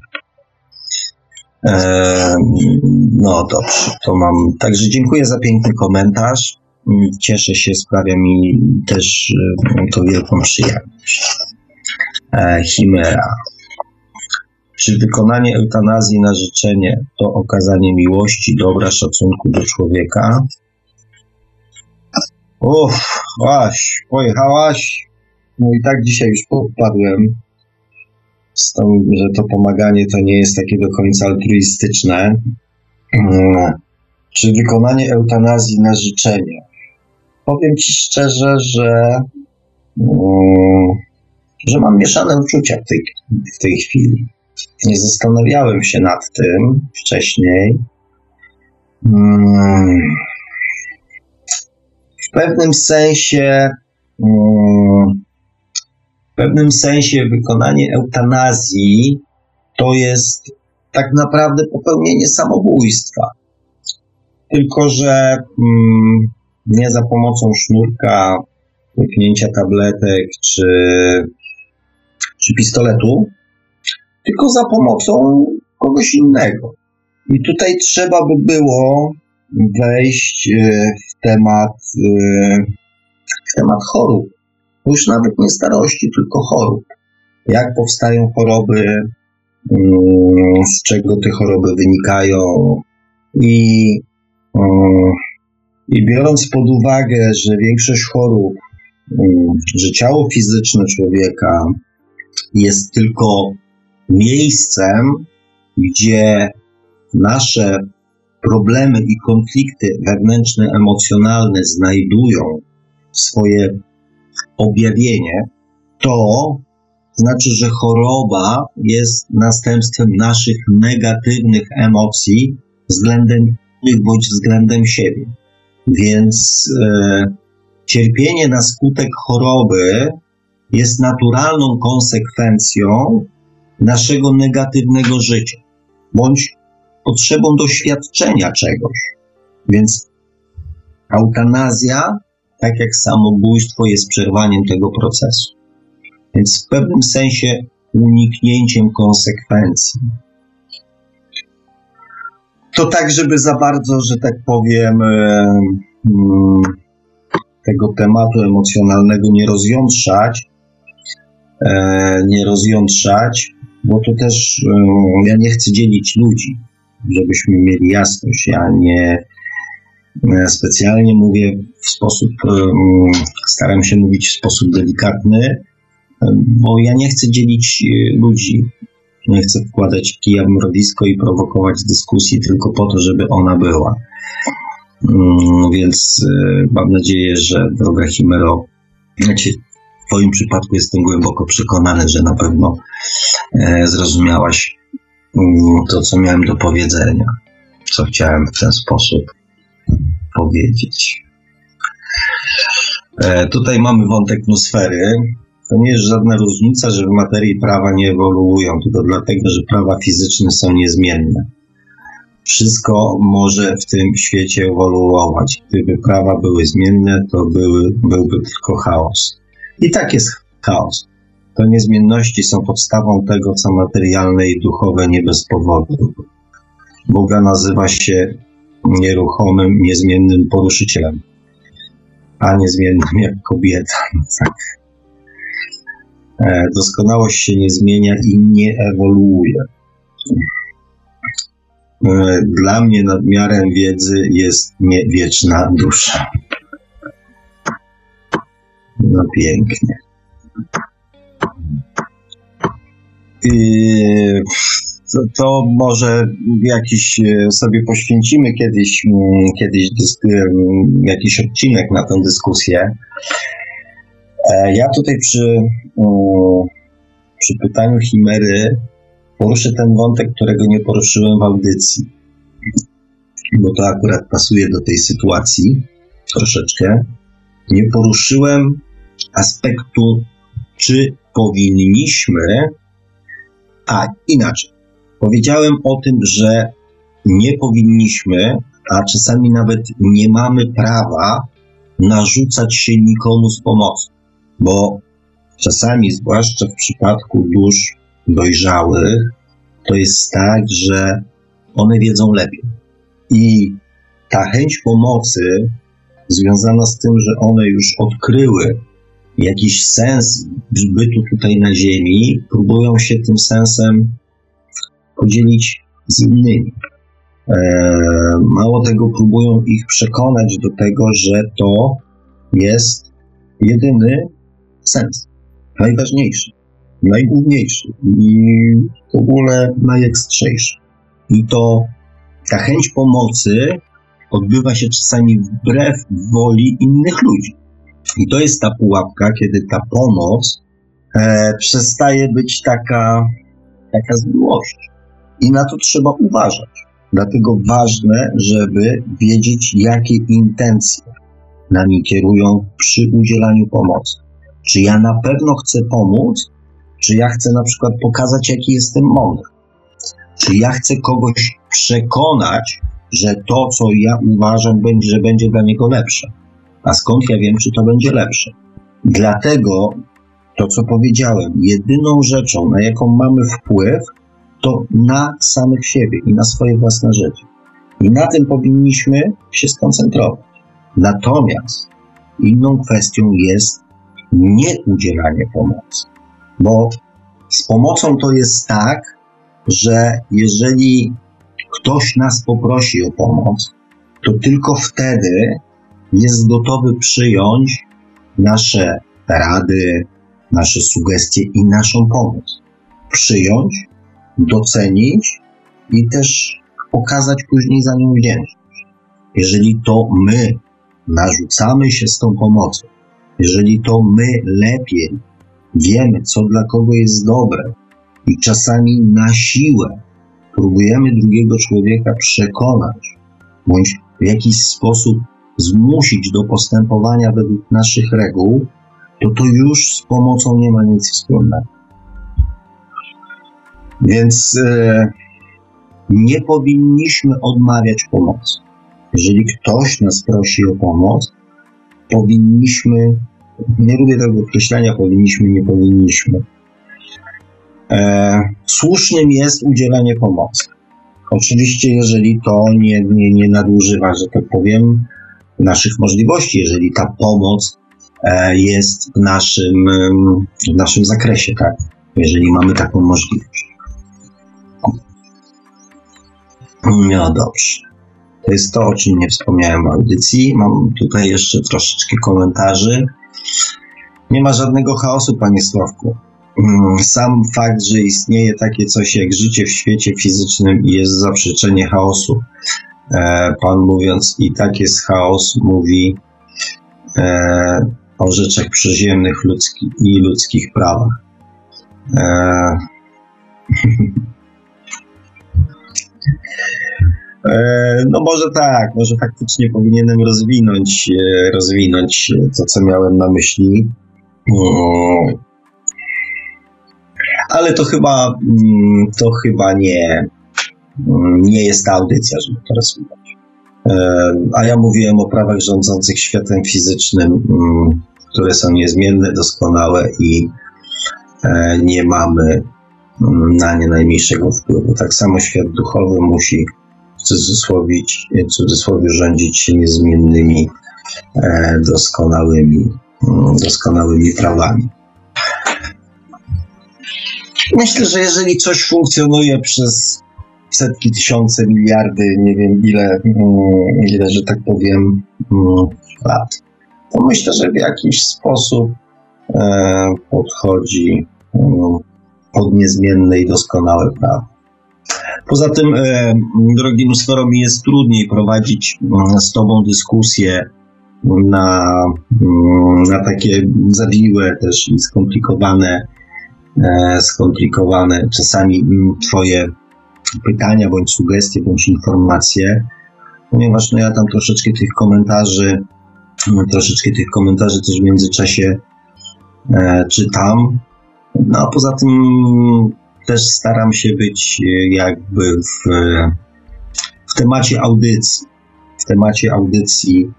No dobrze, to mam. Także dziękuję za piękny komentarz. Cieszę się, sprawia mi też to wielką przyjemność. Chimera. Czy wykonanie eutanazji na życzenie to okazanie miłości, dobra, szacunku do człowieka? Pojechałaś. No i tak dzisiaj już popadłem z tą, że to pomaganie to nie jest takie do końca altruistyczne. Czy wykonanie eutanazji na życzenie? Powiem Ci szczerze, że mam mieszane uczucia w tej chwili. Nie zastanawiałem się nad tym wcześniej. W pewnym sensie wykonanie eutanazji to jest tak naprawdę popełnienie samobójstwa. Tylko że nie za pomocą sznurka, łyknięcia tabletek czy pistoletu, tylko za pomocą kogoś innego. I tutaj trzeba by było wejść w temat chorób. Bo już nawet nie starości, tylko chorób. Jak powstają choroby, z czego te choroby wynikają i biorąc pod uwagę, że większość chorób, że ciało fizyczne człowieka jest tylko miejscem, gdzie nasze problemy i konflikty wewnętrzne, emocjonalne znajdują swoje objawienie, to znaczy, że choroba jest następstwem naszych negatywnych emocji względem innych bądź względem siebie. Więc cierpienie na skutek choroby jest naturalną konsekwencją naszego negatywnego życia, bądź potrzebą doświadczenia czegoś. Więc eutanazja, tak jak samobójstwo, jest przerwaniem tego procesu. Więc w pewnym sensie uniknięciem konsekwencji. To tak, żeby za bardzo, że tak powiem, tego tematu emocjonalnego nie rozjątrzać, bo to też ja nie chcę dzielić ludzi, żebyśmy mieli jasność. Ja nie specjalnie mówię w sposób, staram się mówić w sposób delikatny, bo ja nie chcę dzielić ludzi. Nie chcę wkładać kija w mrowisko i prowokować dyskusji tylko po to, żeby ona była. Więc mam nadzieję, że droga Chimero, w Twoim przypadku jestem głęboko przekonany, że na pewno zrozumiałaś to, co miałem do powiedzenia, co chciałem w ten sposób powiedzieć. Tutaj mamy wątek atmosfery. To nie jest żadna różnica, że w materii prawa nie ewoluują, tylko dlatego, że prawa fizyczne są niezmienne. Wszystko może w tym świecie ewoluować. Gdyby prawa były zmienne, to byłby tylko chaos. I tak jest chaos. To niezmienności są podstawą tego, co materialne i duchowe nie bez powodu. Boga nazywa się nieruchomym, niezmiennym poruszycielem, a niezmiennym jak kobieta. Tak. Doskonałość się nie zmienia i nie ewoluuje. Dla mnie nadmiarem wiedzy jest wieczna dusza. No pięknie. To może jakiś sobie poświęcimy kiedyś jakiś odcinek na tę dyskusję. Ja tutaj przy pytaniu Chimery poruszę ten wątek, którego nie poruszyłem w audycji, bo to akurat pasuje do tej sytuacji troszeczkę. Nie poruszyłem aspektu, czy powinniśmy, inaczej. Powiedziałem o tym, że nie powinniśmy, a czasami nawet nie mamy prawa narzucać się nikomu z pomocą, bo czasami, zwłaszcza w przypadku dusz dojrzałych, to jest tak, że one wiedzą lepiej. I ta chęć pomocy związana z tym, że one już odkryły jakiś sens bytu tutaj na Ziemi, próbują się tym sensem podzielić z innymi. Mało tego, próbują ich przekonać do tego, że to jest jedyny sens, najważniejszy, najgłówniejszy i w ogóle najekstrzejszy. I ta chęć pomocy odbywa się czasami wbrew woli innych ludzi. I to jest ta pułapka, kiedy ta pomoc przestaje być taka z miłości. I na to trzeba uważać. Dlatego ważne, żeby wiedzieć, jakie intencje nami kierują przy udzielaniu pomocy. Czy ja na pewno chcę pomóc, czy ja chcę na przykład pokazać, jaki jestem mądry. Czy ja chcę kogoś przekonać, że to, co ja uważam, że będzie dla niego lepsze. A skąd ja wiem, czy to będzie lepsze? Dlatego to, co powiedziałem, jedyną rzeczą, na jaką mamy wpływ, to na samych siebie i na swoje własne życie. I na tym powinniśmy się skoncentrować. Natomiast inną kwestią jest nieudzielanie pomocy. Bo z pomocą to jest tak, że jeżeli ktoś nas poprosi o pomoc, to tylko wtedy jest gotowy przyjąć nasze rady, nasze sugestie i naszą pomoc. Przyjąć, docenić i też okazać później za nią wdzięczność. Jeżeli to my narzucamy się z tą pomocą, jeżeli to my lepiej wiemy, co dla kogo jest dobre i czasami na siłę próbujemy drugiego człowieka przekonać bądź w jakiś sposób zmusić do postępowania według naszych reguł, to już z pomocą nie ma nic wspólnego. Więc nie powinniśmy odmawiać pomocy. Jeżeli ktoś nas prosi o pomoc, powinniśmy, nie lubię tego określenia powinniśmy, nie powinniśmy, słusznym jest udzielenie pomocy. Oczywiście, jeżeli to nie nadużywa, że tak powiem, naszych możliwości, jeżeli ta pomoc jest w naszym zakresie, tak? Jeżeli mamy taką możliwość. No dobrze. To jest to, o czym nie wspomniałem w audycji. Mam tutaj jeszcze troszeczkę komentarzy. Nie ma żadnego chaosu, panie Sławku. Sam fakt, że istnieje takie coś jak życie w świecie fizycznym jest zaprzeczenie chaosu. Pan mówiąc i tak jest chaos, mówi o rzeczach przyziemnych i ludzkich prawach. No może faktycznie powinienem rozwinąć to, co miałem na myśli. Ale to chyba nie jest ta audycja, żeby to rozwijać. A ja mówiłem o prawach rządzących światem fizycznym, które są niezmienne, doskonałe i nie mamy na nie najmniejszego wpływu. Tak samo świat duchowy musi w cudzysłowie rządzić się niezmiennymi, doskonałymi prawami. Myślę, że jeżeli coś funkcjonuje przez setki, tysiące, miliardy, nie wiem ile, że tak powiem, lat, to myślę, że w jakiś sposób podchodzi pod niezmienne i doskonałe prawo. Poza tym, drogi, skoro mi jest trudniej prowadzić z tobą dyskusję na takie zawiłe też i skomplikowane czasami twoje pytania, bądź sugestie, bądź informacje, ponieważ ja tam troszeczkę tych komentarzy też w międzyczasie czytam. No a poza tym też staram się być jakby w temacie audycji,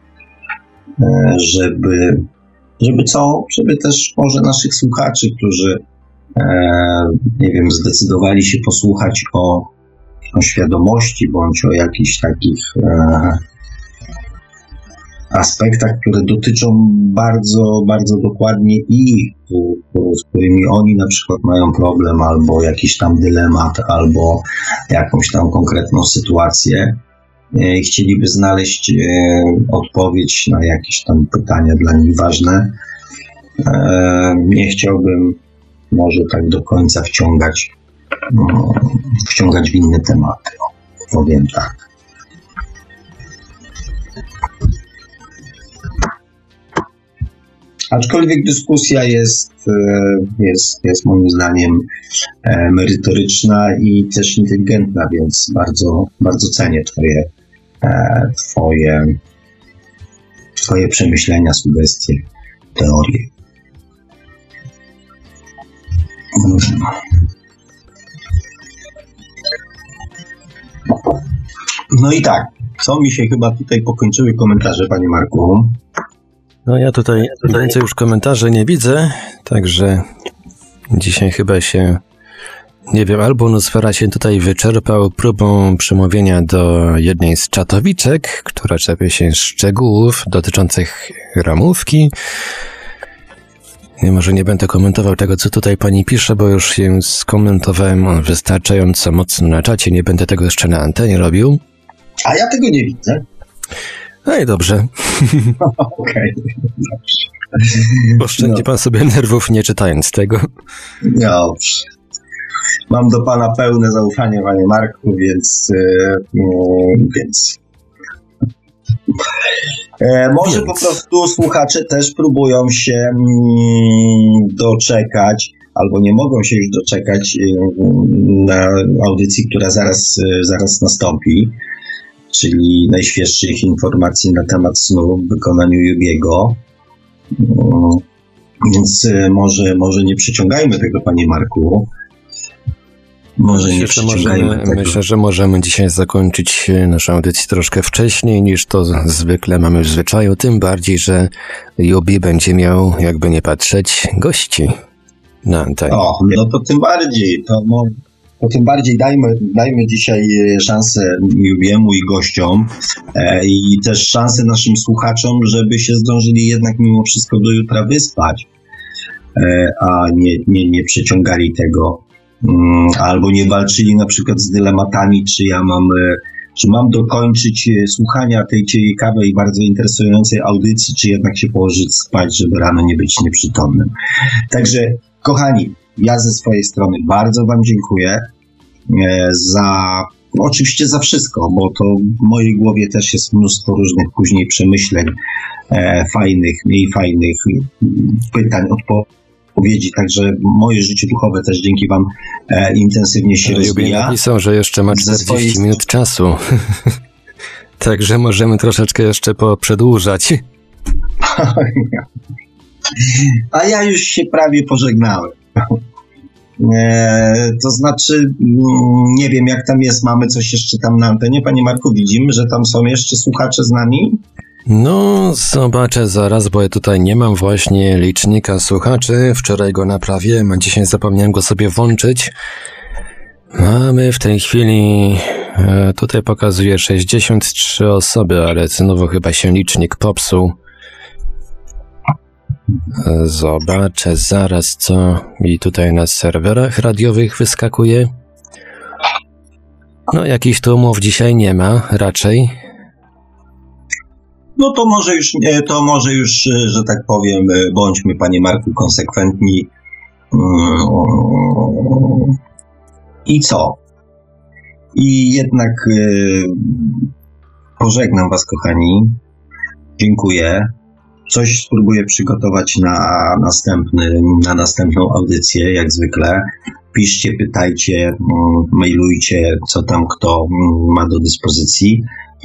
żeby też może naszych słuchaczy, którzy nie wiem, zdecydowali się posłuchać o świadomości bądź o jakichś takich aspektach, które dotyczą bardzo, bardzo dokładnie ich, z którymi oni na przykład mają problem, albo jakiś tam dylemat, albo jakąś tam konkretną sytuację. Chcieliby znaleźć odpowiedź na jakieś tam pytania dla nich ważne. Nie chciałbym może tak do końca wciągać w inne tematy. Powiem tak. Aczkolwiek dyskusja jest moim zdaniem merytoryczna i też inteligentna, więc bardzo, bardzo cenię Twoje przemyślenia, sugestie, teorie. No i tak, co mi się chyba tutaj pokończyły komentarze, panie Marku? No ja tutaj więcej już komentarzy nie widzę, także dzisiaj chyba się, nie wiem, albo Nosfera się tutaj wyczerpał próbą przemówienia do jednej z czatowiczek, która czepia się szczegółów dotyczących ramówki. Może nie będę komentował tego, co tutaj pani pisze, bo już się skomentowałem wystarczająco mocno na czacie, nie będę tego jeszcze na antenie robił. A ja tego nie widzę. No i dobrze. Okej, dobrze. Oszczędzi pan sobie nerwów, nie czytając tego. Dobrze. Mam do pana pełne zaufanie, panie Marku, więc może po prostu słuchacze też próbują się doczekać, albo nie mogą się już doczekać na audycji, która zaraz nastąpi, czyli najświeższych informacji na temat snu w wykonaniu Jugiego. Więc może nie przyciągajmy tego, panie Marku. Myślę, że możemy dzisiaj zakończyć naszą audycję troszkę wcześniej niż to zwykle mamy w zwyczaju, tym bardziej, że Jubi będzie miał, jakby nie patrzeć, gości. na antenie. O, no to tym bardziej, tym bardziej dajmy dzisiaj szansę Jubiemu i gościom i też szansę naszym słuchaczom, żeby się zdążyli jednak mimo wszystko do jutra wyspać, a nie przeciągali tego, albo nie walczyli na przykład z dylematami, czy mam dokończyć słuchania tej ciekawej i bardzo interesującej audycji, czy jednak się położyć spać, żeby rano nie być nieprzytomnym. Także, kochani, ja ze swojej strony bardzo Wam dziękuję oczywiście za wszystko, bo to w mojej głowie też jest mnóstwo różnych później przemyśleń, fajnych, mniej fajnych, pytań, odpowiedzi, także moje życie duchowe też dzięki Wam intensywnie się rozwija. Napisał, że jeszcze ma 40 minut czasu, także możemy troszeczkę jeszcze poprzedłużać. A ja już się prawie pożegnałem. To znaczy, nie wiem jak tam jest, mamy coś jeszcze tam na antenie, Panie Marku, widzimy, że tam są jeszcze słuchacze z nami? No, zobaczę zaraz, bo ja tutaj nie mam właśnie licznika słuchaczy, wczoraj go naprawiłem, a dzisiaj zapomniałem go sobie włączyć. Mamy w tej chwili, tutaj pokazuje 63 osoby, ale znowu chyba się licznik popsuł. Zobaczę zaraz, co mi tutaj na serwerach radiowych wyskakuje. No, jakichś tłumów dzisiaj nie ma, raczej. No to może już, że tak powiem, bądźmy, Panie Marku, konsekwentni. I co? I jednak pożegnam Was, kochani. Dziękuję. Coś spróbuję przygotować na następną audycję, jak zwykle. Piszcie, pytajcie, mailujcie, co tam kto ma do dyspozycji.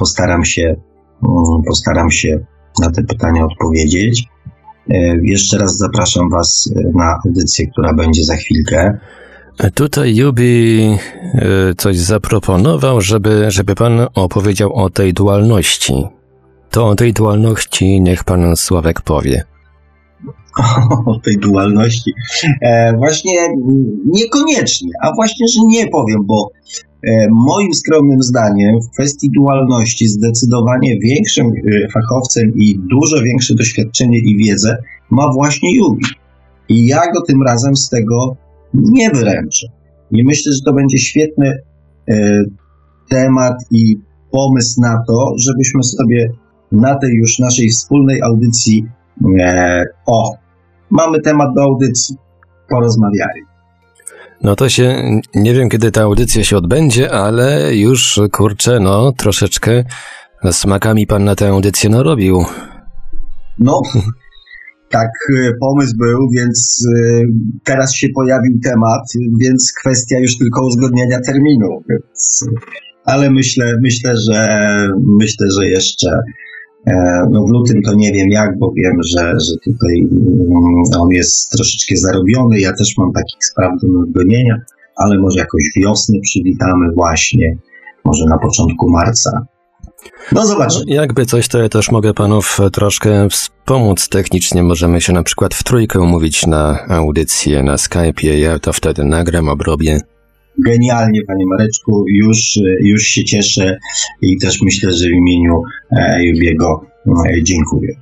Postaram się na te pytania odpowiedzieć. Jeszcze raz zapraszam Was na audycję, która będzie za chwilkę. Tutaj Jubi coś zaproponował, żeby Pan opowiedział o tej dualności. To o tej dualności niech Pan Sławek powie. O tej dualności. Właśnie niekoniecznie, a właśnie, że nie powiem, bo moim skromnym zdaniem w kwestii dualności zdecydowanie większym fachowcem i dużo większe doświadczenie i wiedzę ma właśnie Jubi. I ja go tym razem z tego nie wyręczę. I myślę, że to będzie świetny temat i pomysł na to, żebyśmy sobie na tej już naszej wspólnej audycji mamy temat do audycji, porozmawiali. No to się, nie wiem kiedy ta audycja się odbędzie, ale już, kurczę, no troszeczkę smakami Pan na tę audycję narobił. No, tak pomysł był, więc teraz się pojawił temat, więc kwestia już tylko uzgodnienia terminu. Ale myślę, że jeszcze w lutym to nie wiem jak, bo wiem, że tutaj on jest troszeczkę zarobiony. Ja też mam takich spraw do nadgonienia, ale może jakoś wiosny przywitamy właśnie, może na początku marca. No zobaczymy. Jakby coś, to ja też mogę Panów troszkę wspomóc technicznie. Możemy się na przykład w trójkę umówić na audycję na Skype'ie. Ja to wtedy nagram, obrobię. Genialnie, Panie Mareczku, już się cieszę i też myślę, że w imieniu Jubiego dziękuję.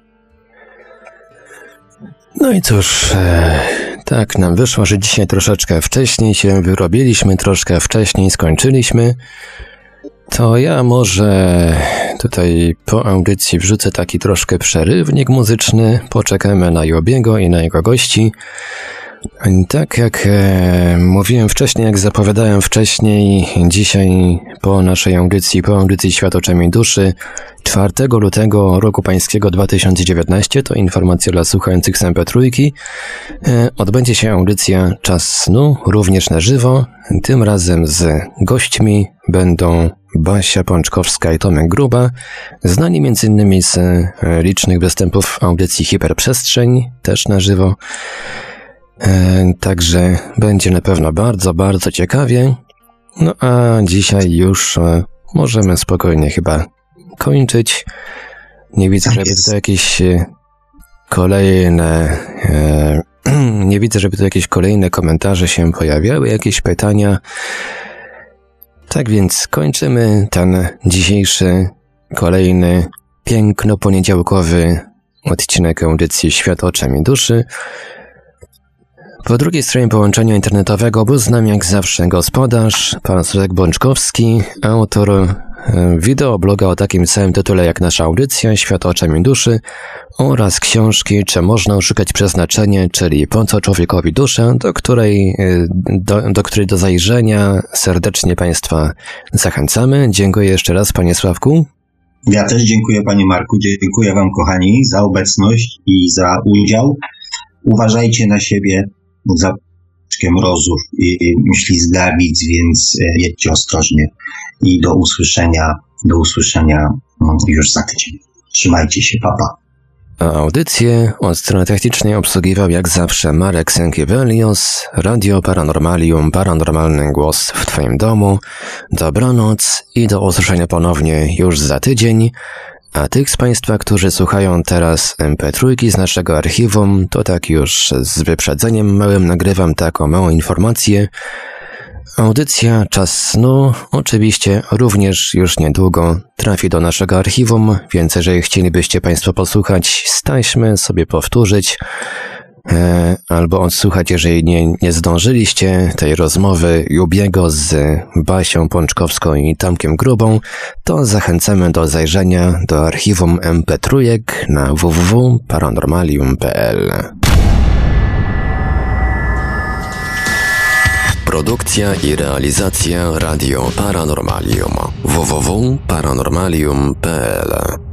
No i cóż, tak nam wyszło, że dzisiaj troszeczkę wcześniej się wyrobiliśmy, troszkę wcześniej skończyliśmy. To ja może tutaj po audycji wrzucę taki troszkę przerywnik muzyczny, poczekamy na Jubiego i na jego gości. Tak jak mówiłem wcześniej, jak zapowiadałem wcześniej, dzisiaj po naszej audycji, po audycji Świat oczami duszy, 4 lutego roku pańskiego 2019, to informacja dla słuchających z MP3, odbędzie się audycja Czas snu, również na żywo. Tym razem z gośćmi będą Basia Pączkowska i Tomek Gruba, znani m.in. z licznych występów audycji Hiperprzestrzeń, też na żywo. Także będzie na pewno bardzo, bardzo ciekawie. No a dzisiaj już możemy spokojnie chyba kończyć. Nie widzę, żeby tutaj jakieś kolejne Nie widzę, żeby tu jakieś kolejne komentarze się pojawiały, jakieś pytania. Tak więc kończymy ten dzisiejszy, kolejny, piękno-poniedziałkowy odcinek audycji Świat oczami duszy. Po drugiej stronie połączenia internetowego był z nami jak zawsze gospodarz, pan Sławek Bączkowski, autor wideobloga o takim samym tytule jak nasza audycja Świat oczami duszy oraz książki Czy można oszukać przeznaczenie, czyli Po co człowiekowi dusza, do której do zajrzenia serdecznie Państwa zachęcamy. Dziękuję jeszcze raz, panie Sławku. Ja też dziękuję, panie Marku, dziękuję wam, kochani, za obecność i za udział. Uważajcie na siebie, za mrozów i ślizgawic, więc jedźcie ostrożnie i do usłyszenia już za tydzień. Trzymajcie się, papa. A audycję od strony technicznej obsługiwał jak zawsze Marek Sękiewelios, Radio Paranormalium, paranormalny głos w Twoim domu. Dobranoc i do usłyszenia ponownie już za tydzień. A tych z Państwa, którzy słuchają teraz MP3 z naszego archiwum, to tak już z wyprzedzeniem małym nagrywam taką małą informację. Audycja Czas Snu oczywiście również już niedługo trafi do naszego archiwum, więc jeżeli chcielibyście Państwo posłuchać z taśmy, sobie powtórzyć albo odsłuchać, jeżeli nie zdążyliście tej rozmowy Jubiego z Basią Pączkowską i Tomkiem Grubą, to zachęcamy do zajrzenia do archiwum MP3 na www.paranormalium.pl. Produkcja i realizacja Radio Paranormalium www.paranormalium.pl